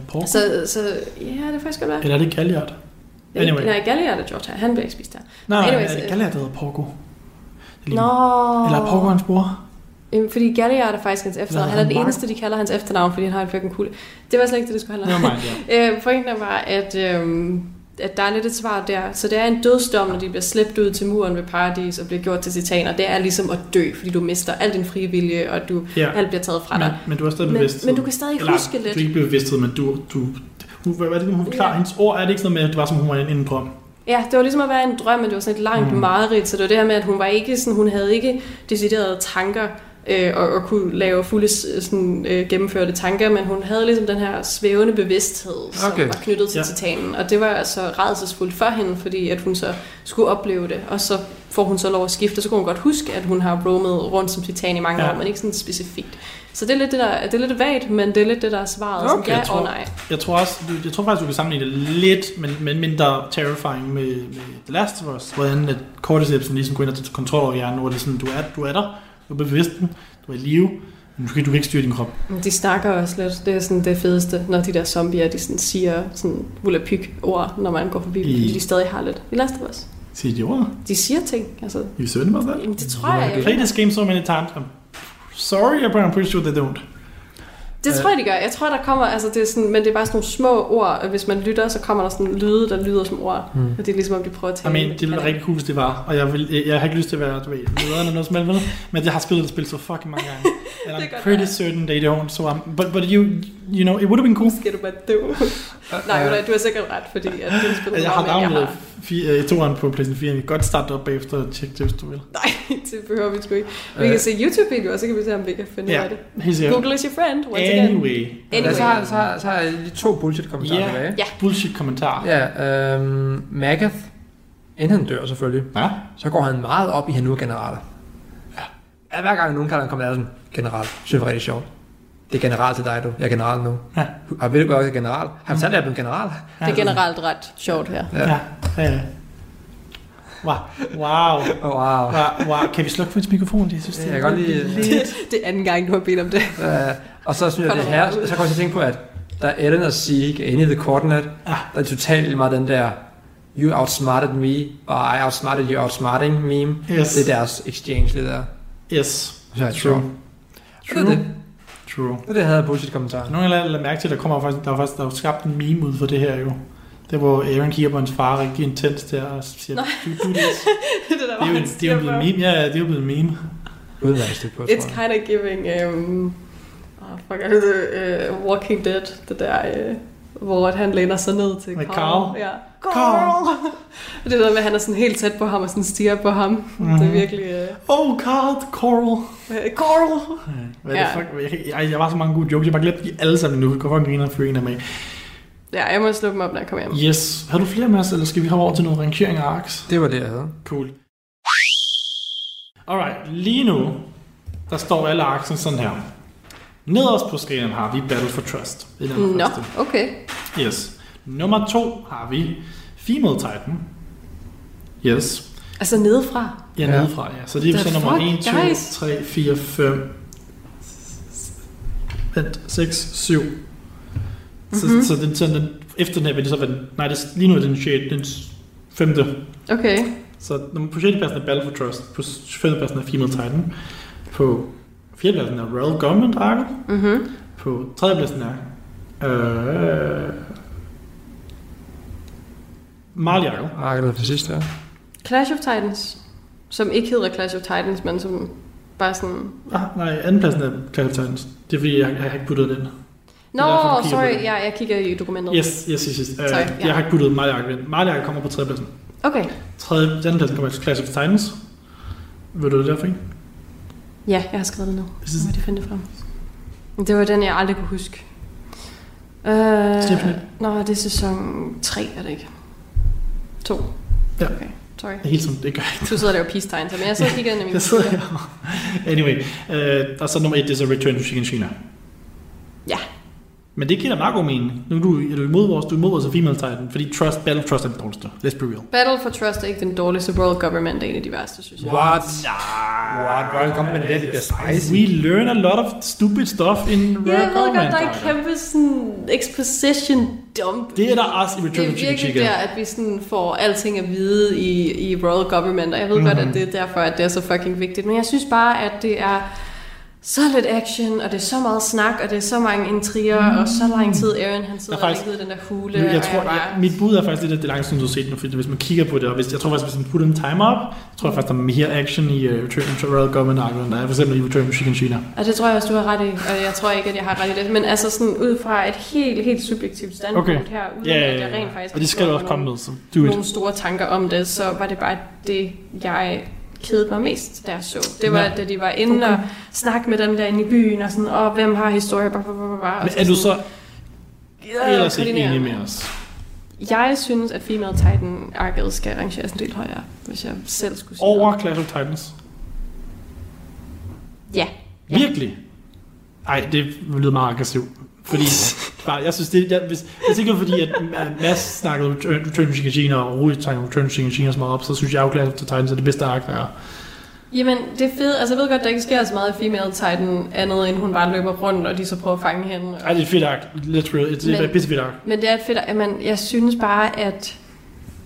så, så, ja, det er faktisk godt være. Eller er det Galliard? Anyway. Nej, Galliard er George her. Han bliver ikke spist der. Nej, Anyways, er det Galliard, der hedder Porco? Nå. Eller er Porco hans bror? Fordi Galliard er faktisk hans efternavn. Han er den eneste, de kalder hans efternavn, fordi han har en fucking kugle. Det var slet ikke det, det skulle handle om. Ja. Pointen var, at, øhm, at der er lidt et svar der. Så det er en dødsdom, når de bliver slæbt ud til muren ved paradis og bliver gjort til titaner. Det er ligesom at dø, fordi du mister al din frie vilje, og du, ja. alt bliver taget fra dig. Men, men du er stadig bevidst. Men, men du kan stadig Eller, huske lidt. Du er ikke bevidsthed, men du... du hvad er det, hun forklarer? Ja. Hendes ord er det ikke sådan med, at det var som hun var en drøm? Ja, det var ligesom at være en drøm, men det var sådan et langt mm. mareridt, så det var det her med, at hun var ikke sådan, hun havde ikke deciderede tanker, øh, og, og kunne lave fulde sådan, øh, gennemførte tanker, men hun havde ligesom den her svævende bevidsthed, som okay. var knyttet til ja. titanen, og det var altså rædselsfuldt for hende, fordi at hun så skulle opleve det, og så får hun så lov at skifte, så kunne hun godt huske, at hun har roamet rundt som titan i mange ja. år, men ikke sådan specifikt. Så det er lidt det der, det er lidt vagt, men det er lidt det der er svaret, okay, som ja tror, og nej. Jeg tror også, jeg tror faktisk du kan sammenligne det lidt, men, men mindre terrifying med, med The Last of Us, hvordan at Cordycepsen ligesom går ind og tager kontrol over hjernen, hvor det er sådan, du er, du er der, du er bevidst den, du er i live, men du kan, du kan ikke styre din krop. De snakker også lidt, det er sådan det fedeste, når de der zombier, de sådan siger sådan volapyk ord, når man går forbi dem, fordi de stadig har lidt. The Last of Us. Siger de ord? De siger ting, altså. You certain about that? Jamen, det tror jeg. I played this game so many times. I'm sorry, but I'm pretty sure they don't. Det tror jeg, de gør. Jeg tror, der kommer, altså det er sådan, men det er bare sådan nogle små ord, og hvis man lytter, så kommer der sådan lyde, der lyder som ord. Mm. Og det er ligesom, om de prøver at tale. I mean, det ville være rigtig cool, hvis det var, og jeg, vil, jeg, jeg har ikke lyst til at være, du ved, lederen eller noget som helst, men jeg har spillet det spil så fucking mange gange. And I'm pretty certain they don't, so I'm, but, but you, you know, it would have been cool. Skal du bare dø? Nej, uh, du har sikkert ret, fordi at du spiller jeg har downloadet i toeren på PlayStation fire, vi kan godt starte op bagefter og tjekke det, hvis du vil. Nej, det behøver vi sgu ikke. Vi kan se YouTube-videoer, så kan vi se, om vi kan finde ud af det. Google is your friend, once again. Anyway. anyway. Så, har, så, har, så har jeg lige to bullshit-kommentarer yeah. tilbage. Ja, bullshit-kommentarer. Ja, øhm, Magath, inden han dør selvfølgelig, ja? Så går han meget op i, han nu er general. Ja. Hver gang nogen kalder han kommer der sådan, general, synes jeg rigtig sjovt. Det er general til dig, du. Jeg er general nu. Ja. Har vi det godt, jeg er general? Har vi sagt, at jeg er blevet general? Det er generelt ret sjovt her. Ja. Ja. Ja. Wow. Wow. Oh, wow. wow. Wow. Kan vi slukke for et mikrofon? Det synes, det ja, jeg kan godt lide... Det, det er anden gang, du har bedt om det. Uh, og så synes jeg, det her, så kommer jeg til at tænke på, at der er Ellen og Zeke inde i The Coordinate. Ah. Der er totalt meget den der, you outsmarted me, og I outsmarted you outsmarting meme. Yes. Det er deres exchange, det der. Yes. Så er True. True. True. Det er det. True. Det er det, jeg havde bullshit-kommentarer. Nogle af jer lader mærke til, at der kommer faktisk, der er faktisk der er skabt en meme ud for det her jo. Det hvor Aaron kigger på hans far rigtig intens der og siger, Nej. du, du det. det, der det er jo det er jo blevet meme. Ja, det er jo blevet meme. Uden at stykke på, It's kind of giving um, oh, fuck, er det, uh, Walking Dead, det der, uh, hvor han læner sig ned til Med Carl. Carl. Ja. Carl. Det er noget med, at han er sådan helt tæt på ham og sådan stiger på ham. Mm. Det er virkelig... Uh... Oh god, Coral. Carl. Hvad ja. fuck? Jeg, jeg, jeg var så mange gode jokes, jeg bare glemte de alle sammen nu. Jeg kan godt grine og fyre en af mig. Ja, jeg må slå dem op, når jeg kommer hjem. Yes. Har du flere med os, eller skal vi have over til noget rangering af arcs? Det var det, jeg havde. Cool. Alright, lige nu, der står alle arcsen sådan her. Nederst på skalaen har vi Battle for Trust. Nå, no, okay. Yes. Nummer to har vi Female Titan. Yes. Altså nedefra? Ja, ja. nedefra, ja. Så det er så nummer en, to, tre, fire, fem, seks, syv. Så, mm-hmm. så, den, så den, efter den her vil det så være den, nej, det, lige nu er den, shade, den femte. Okay. Så på sjettepladsen er Battle for Trust, på femtepladsen er Female Titan, på fjerdepladsen er Royal Government Arc, mm-hmm. på tredjepladsen er øh, Marley Arc. Arc er for sidste, ja. Clash of Titans, som ikke hedder Clash of Titans, men som bare sådan... Ah, nej, andenpladsen er Clash of Titans. Det er fordi, jeg, jeg har ikke puttet den. Nå, no, sorry, ja, jeg kigger i dokumentet. Yes, yes, yes. yes. Uh, sorry, jeg ja. har ikke puttet Marley Arc ind. Marley Arc kommer på tredjepladsen. Okay. Tredje, andenpladsen kommer til Clash of Titans. Ved du det derfor, ikke? Ja, jeg har skrevet det ned. Nu må de finde det frem. Det var den, jeg aldrig kunne huske. Uh, Nå, det er sæson tre, er det ikke? To. Ja. Okay, sorry. Helt som det gør ikke. Du sidder der jo peace-tegn, men jeg sidder og kigger ind i min jeg sidder her. Anyway, uh, og så nummer et, det er så Return to Shiganshina. Ja. Men det giver da meget god mening. Nu er du, er du imod vores, du er imod vores Female Titan, fordi Trust, Battle of Trust er den dårligste. Let's be real. Battle for Trust er ikke den dårligste. World Government er en af de værste, synes jeg. What? Nah. What? World Government er det spicy. We learn a lot of stupid stuff in World Government. Ja, jeg ved godt, der er kæmpe sådan exposition dump. Det er der også i Return to Chicken. Det er virkelig der, at vi sådan får alting at vide i, i World Government, og jeg ved mm-hmm. godt, at det er derfor, at det er så fucking vigtigt. Men jeg synes bare, at det er så lidt action, og det er så meget snak, og det er så mange intriger, mm. og så lang tid Aaron, han sidder faktisk, og ligger i den der hule. Jeg, jeg tror, jeg bare... jeg, mit bud er faktisk lidt, at det er langt siden, du har set nu, fordi hvis man kigger på det, og hvis, jeg tror faktisk, hvis man putter en timer op, så tror jeg faktisk, der er mere action i uh, Return to Royal Government Arc, end der er for eksempel i Return to Shiganshina. Og det tror jeg også, du har ret i, og jeg tror ikke, at jeg har ret i det, men altså sådan ud fra et helt, helt subjektivt standpunkt okay. her, uden yeah, at jeg rent faktisk og det skal du også komme med, så do it. Nogle store tanker om det, så var det bare det, jeg kedede mig mest, da jeg så. Det var, ja. Da de var inde okay. og snakke med dem der inde i byen, og sådan, åh, hvem har historie, bare, bare, bare, bare. Men er du så ellers ikke enig med os? Jeg synes, at Female Titan-arket skal rangeres en del højere, hvis jeg selv skulle sige over noget. Clash of Titans? Ja. ja. Virkelig? Ej, det lyder meget aggressivt. Fordi, bare, jeg synes, det, jeg, hvis, hvis ikke var fordi, at Mads snakkede om Return to Shiganshina, og Rui snakkede om Return to Shiganshina så meget op, så synes jeg jo, Clash of Titans er det bedste ark, der er. Jamen, det er fedt. Altså, jeg ved godt, der ikke sker så meget i Female Titan, andet end hun bare løber rundt, og de så prøver at fange hende. Og... Ej, det er et fedt ark. Let's real. Det er et pisse fedt ark. Men det er et fedt ark. Men jeg synes bare, at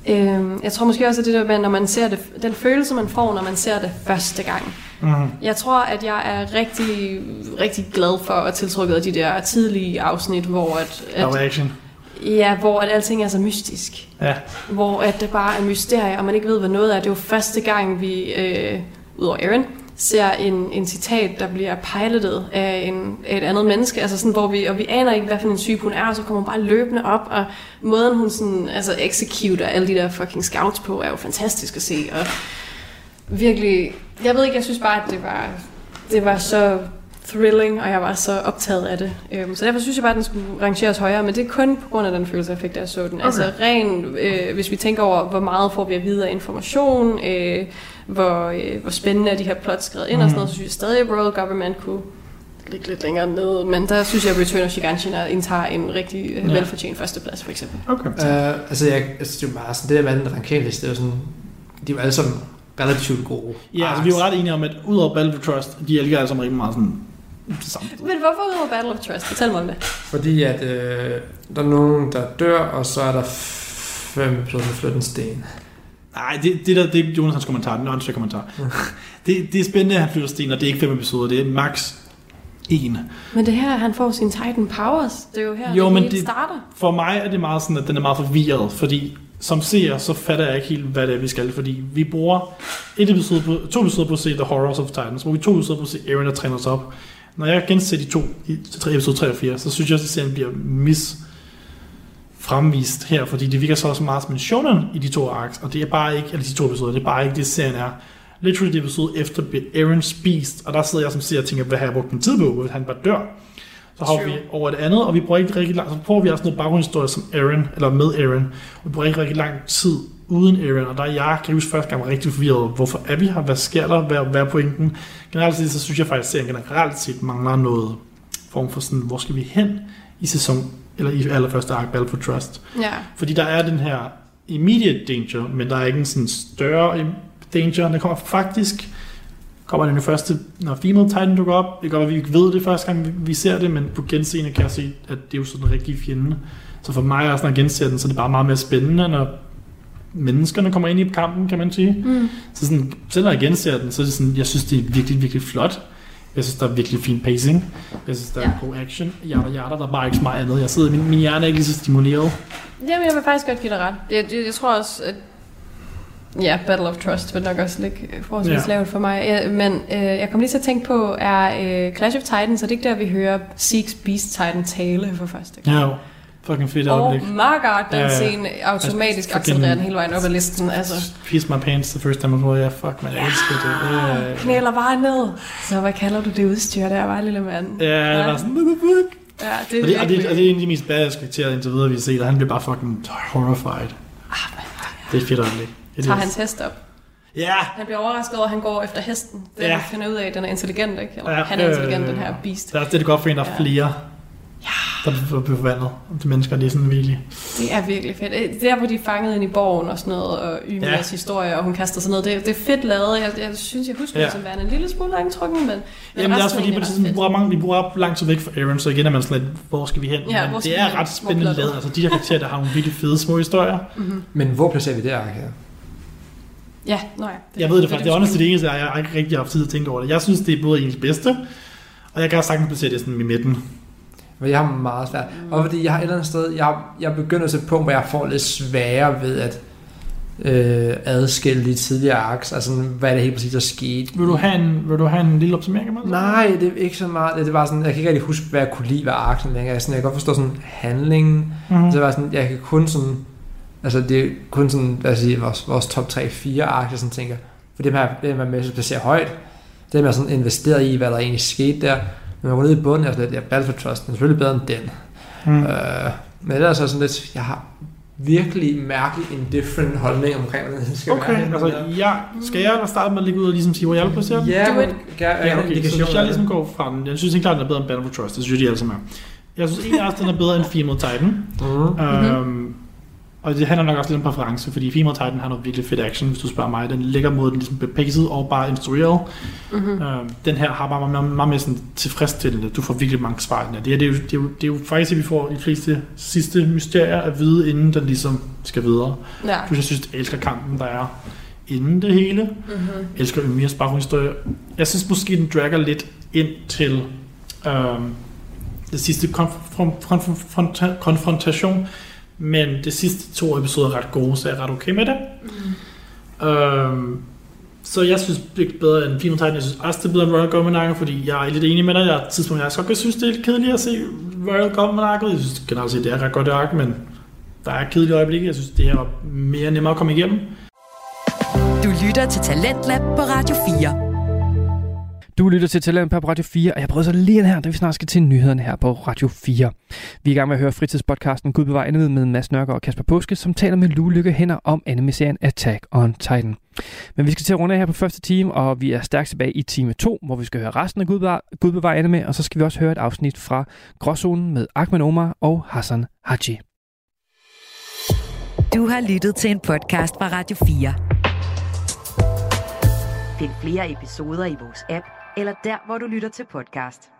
Øhm, jeg tror måske også, at det der med, når man ser det, den følelse, man får, når man ser det første gang. Mm-hmm. Jeg tror, at jeg er rigtig, rigtig glad for at tiltrykket af de der tidlige afsnit, hvor at, at action. Ja, hvor at alting er så mystisk. Ja. Hvor at det bare er mysterie, og man ikke ved, hvad noget er. Det er jo første gang, vi, øh, udover Eren, ser en, en citat, der bliver pilotet af, en, af et andet menneske, altså sådan, hvor vi, og vi aner ikke, hvad for en type hun er, og så kommer hun bare løbende op, og måden hun sådan, altså executer alle de der fucking scouts på, er jo fantastisk at se, og virkelig, jeg ved ikke, jeg synes bare, at det var, det var så thrilling, og jeg var så optaget af det. Så derfor synes jeg bare, at den skulle rangeres højere, men det er kun på grund af den følelse, jeg fik, da jeg så den. Okay. Altså ren, øh, hvis vi tænker over, hvor meget får vi at vide af information, øh, hvor, øh, hvor spændende er de her plot skrevet ind mm. og sådan noget, så synes jeg stadig, at Royal Government kunne ligge lidt længere ned, men der synes jeg, at Return of Shiganshina indtager en rigtig øh, ja. velfortjent førsteplads, for eksempel. Okay. Uh, altså, jeg, altså, det er jo meget sådan, det der med den rangeringsliste, det er jo sådan, de er jo alle sammen relativt gode. Ja, altså, vi er jo ret enige om, at udover Battle of Trust, de elsker alle sammen rigtig meget sådan samt. Men hvorfor udover Battle of Trust? Fortæl mig om det. Fordi at øh, der er nogen, der dør, og så er der fem episoder med flytte en sten. Nej, det, det der, det er Jonathans kommentar, den åndsvære kommentar. det, det er spændende, at han flytter sten, og det er ikke fem episoder, det er max en. Men det her, han får sin Titan Powers, det er jo her, jo, det men helt det, starter. For mig er det meget sådan, at den er meget forvirret, fordi som seer, så fatter jeg ikke helt, hvad det er, vi skal, fordi vi bruger et episode på, to episoder på at se The Horrors of Titans, hvor vi to episoder på at se Eren, der træner sig op. Når jeg genser de to, i episode tre og fire, så synes jeg også, at serien bliver mis fremvist her, fordi det virker så også meget som en shonen i de to arcs, og det er bare ikke, eller de to episoder, det er bare ikke det, serien er. Literally det episode efter Eren Beast, og der sidder jeg som seer og tænker, hvad har jeg brugt min tid på, hvis han bare dør? Så har vi over det andet, og vi bruger ikke rigtig lang, så prøver vi også noget baggrundshistorie som Eren, eller med Eren, vi bruger ikke rigtig lang tid uden Eren, og der er jeg, kan jeg huske første gang, var rigtig forvirret, hvorfor er vi her, hvad sker der, hvad, hvad er pointen? Generelt set, så synes jeg faktisk, at serien generelt set mangler noget form for sådan, hvor skal vi hen i sæson, eller i allerførste arc, Battle for Trust. Ja. Fordi der er den her immediate danger, men der er ikke en sådan større danger, der kommer faktisk, kommer den første, når Female Titan dukker op, det går, at vi ikke ved det første gang, vi ser det, men på genseende kan jeg se, at det er jo sådan en rigtig fjende. Så for mig, også, når jeg genser den, så er det bare meget mere spændende, når menneskerne kommer ind i kampen, kan man sige. Mm. Så sådan, selv når jeg genser den, så er det sådan, jeg synes, det er virkelig, virkelig flot. Jeg synes, der er virkelig fin pacing. Jeg synes, der er ja. god action. Yada, yada, der er bare ikke så meget andet. Jeg sidder, min, min hjerne er ikke lige så stimuleret. Jamen, jeg vil faktisk godt give dig ret. Jeg, jeg, jeg tror også, at ja, Battle of Trust vil nok også ligge forholdsvis ja. lavt for mig. Ja, men øh, jeg kom lige til at tænke på, er øh, Clash of Titans, er det ikke der, vi hører Zeke's Beast Titan tale for første gang? Ja, fucking fedt oh øjeblik. Oh my god, den ja, scene automatisk altså, accelererer den hele vejen op ad listen. Altså. Piece my pants the first time I was, yeah, fuck man, jeg ja, elsker det. Yeah. Knæler bare ned. Så hvad kalder du det udstyr der, var lille mand? Ja, det var sådan, what the fuck? Ja, det er og, det, og, det, og det er en af de mest badass karakterer indtil videre, vi har set, og han bliver bare fucking horrified. Ah, man, ja. Det er et fedt øjeblik. Tager hans hest op. Ja. Yeah. Han bliver overrasket over, at han går efter hesten. Det yeah. han finder ud af, at den er intelligent, ikke? Eller ja, han er intelligent, øh, den her beast. Det er det, det går for en, der er ja. flere, ja. der bliver forvandlet til mennesker. Det er sådan virkelig. Det er virkelig fedt. Det er, hvor de er fanget ind i borgen og sådan noget, og Ymias ja. historie, og hun kaster sådan noget. Det, det er fedt lavet. Jeg, jeg synes, jeg husker ja. det som værende en lille smule langtrukken, men, men jamen, det er også fordi, på det tidspunkt, vi bruger, mange, vi bruger op langt så væk fra Eren, så igen er man sådan lidt, hvor skal vi hen? Ja, men det er ret spændende lavet. Altså, de her karakterer, der har nogle virkelig fede små historier. Mm-hmm. Men hvor placerer vi det her? Ja, nej. Det, jeg ved det faktisk. Det er honest, det eneste, jeg har ikke rigtig haft tid at tænke over det. Jeg synes, det er både ens bedste, og jeg kan også sagtens placere det sådan i midten. Men jeg har meget svært. Og fordi jeg har et eller andet sted, jeg, jeg begynder at se på, hvor jeg får lidt sværere ved at øh, adskille de tidligere arcs. Altså, hvad er det helt præcis, der skete? Vil du have en, vil du have en lille opsummering af mig? Nej, det er ikke så meget. Det, det var sådan, jeg kan ikke rigtig huske, hvad jeg kunne lide ved arcsen længere. Jeg, sådan, jeg kan godt forstå sådan handlingen. Mm-hmm. Så det var sådan, jeg kan kun sådan... Altså, det er kun sådan, lad os sige, vores, vores top tre fire arcs, jeg sådan tænker. For det her, det er man med at placere højt. Det er man sådan investeret i, hvad der egentlig skete der. Men man går ned i bunden, og sådan lidt, ja, Battle for Trust, den er selvfølgelig bedre end den. Mm. Øh, men ellers er sådan lidt, jeg har virkelig mærkelig indifferent holdning omkring, hvordan det skal okay, være. Okay, altså, ja, skal jeg starte med at ligge ud og ligesom sige, hvor jeg vil placere den? Ja, ja, ja, okay, så hvis jeg ligesom går fra den, jeg synes ikke klart, den er bedre end Battle for Trust, det synes jeg, de alle sammen er. Jeg synes egentlig også, den er bedre end Female Titan. Mm. Øhm, Og det handler nok også lidt om præference, fordi Female Titan har noget virkelig fedt action, hvis du spørger mig. Den ligger mod den ligesom bepaced og bare instrueret. Mm-hmm. Øhm, den her har bare meget, meget mere sådan tilfredsstillende. Du får virkelig mange svar i den her. Det er, det, er jo, det, er jo, det er jo faktisk, at vi får de fleste sidste mysterier at vide, inden den ligesom skal videre. Ja. Jeg synes, jeg elsker kampen, der er inden det hele. Mm-hmm. Jeg elsker Ymirs baggrundshistorie. Jeg synes måske, den dragger lidt ind til øhm, det sidste konf- konf- konf- konfrontation. Men de sidste to episoder er ret gode, så jeg er ret okay med det. Mm. Øhm, så jeg synes, det er bedre end Female Titan. Jeg synes også, det er bedre end Royal Guardian, fordi jeg er lidt enig med dig. Jeg er tidspunkt, jeg også synes, det er lidt kedeligt at se Royal Guardian. Jeg synes generelt set, det er ret godt det ark, men der er kedelige øjeblikke. Jeg synes, det her var mere nemmere at komme igennem. Du lytter til Talentlab på Radio fire. Du lytter til Talentlab på Radio fire, og jeg prøver så lige her, da vi snart skal til nyhederne her på Radio fire. Vi er i gang med at høre fritidspodcasten Gud bevar anime med Mads Nørgaard og Kasper Påske, som taler med Lue Lykke Hænder om anime-serien Attack on Titan. Men vi skal til at runde af her på første time, og vi er stærkt tilbage i time to, hvor vi skal høre resten af Gud bevar, Gud bevar anime, og så skal vi også høre et afsnit fra Gråzonen med Ahmed Omar og Hassan Haji. Du har lyttet til en podcast fra Radio fire. Find flere episoder i vores app, eller der, hvor du lytter til podcast.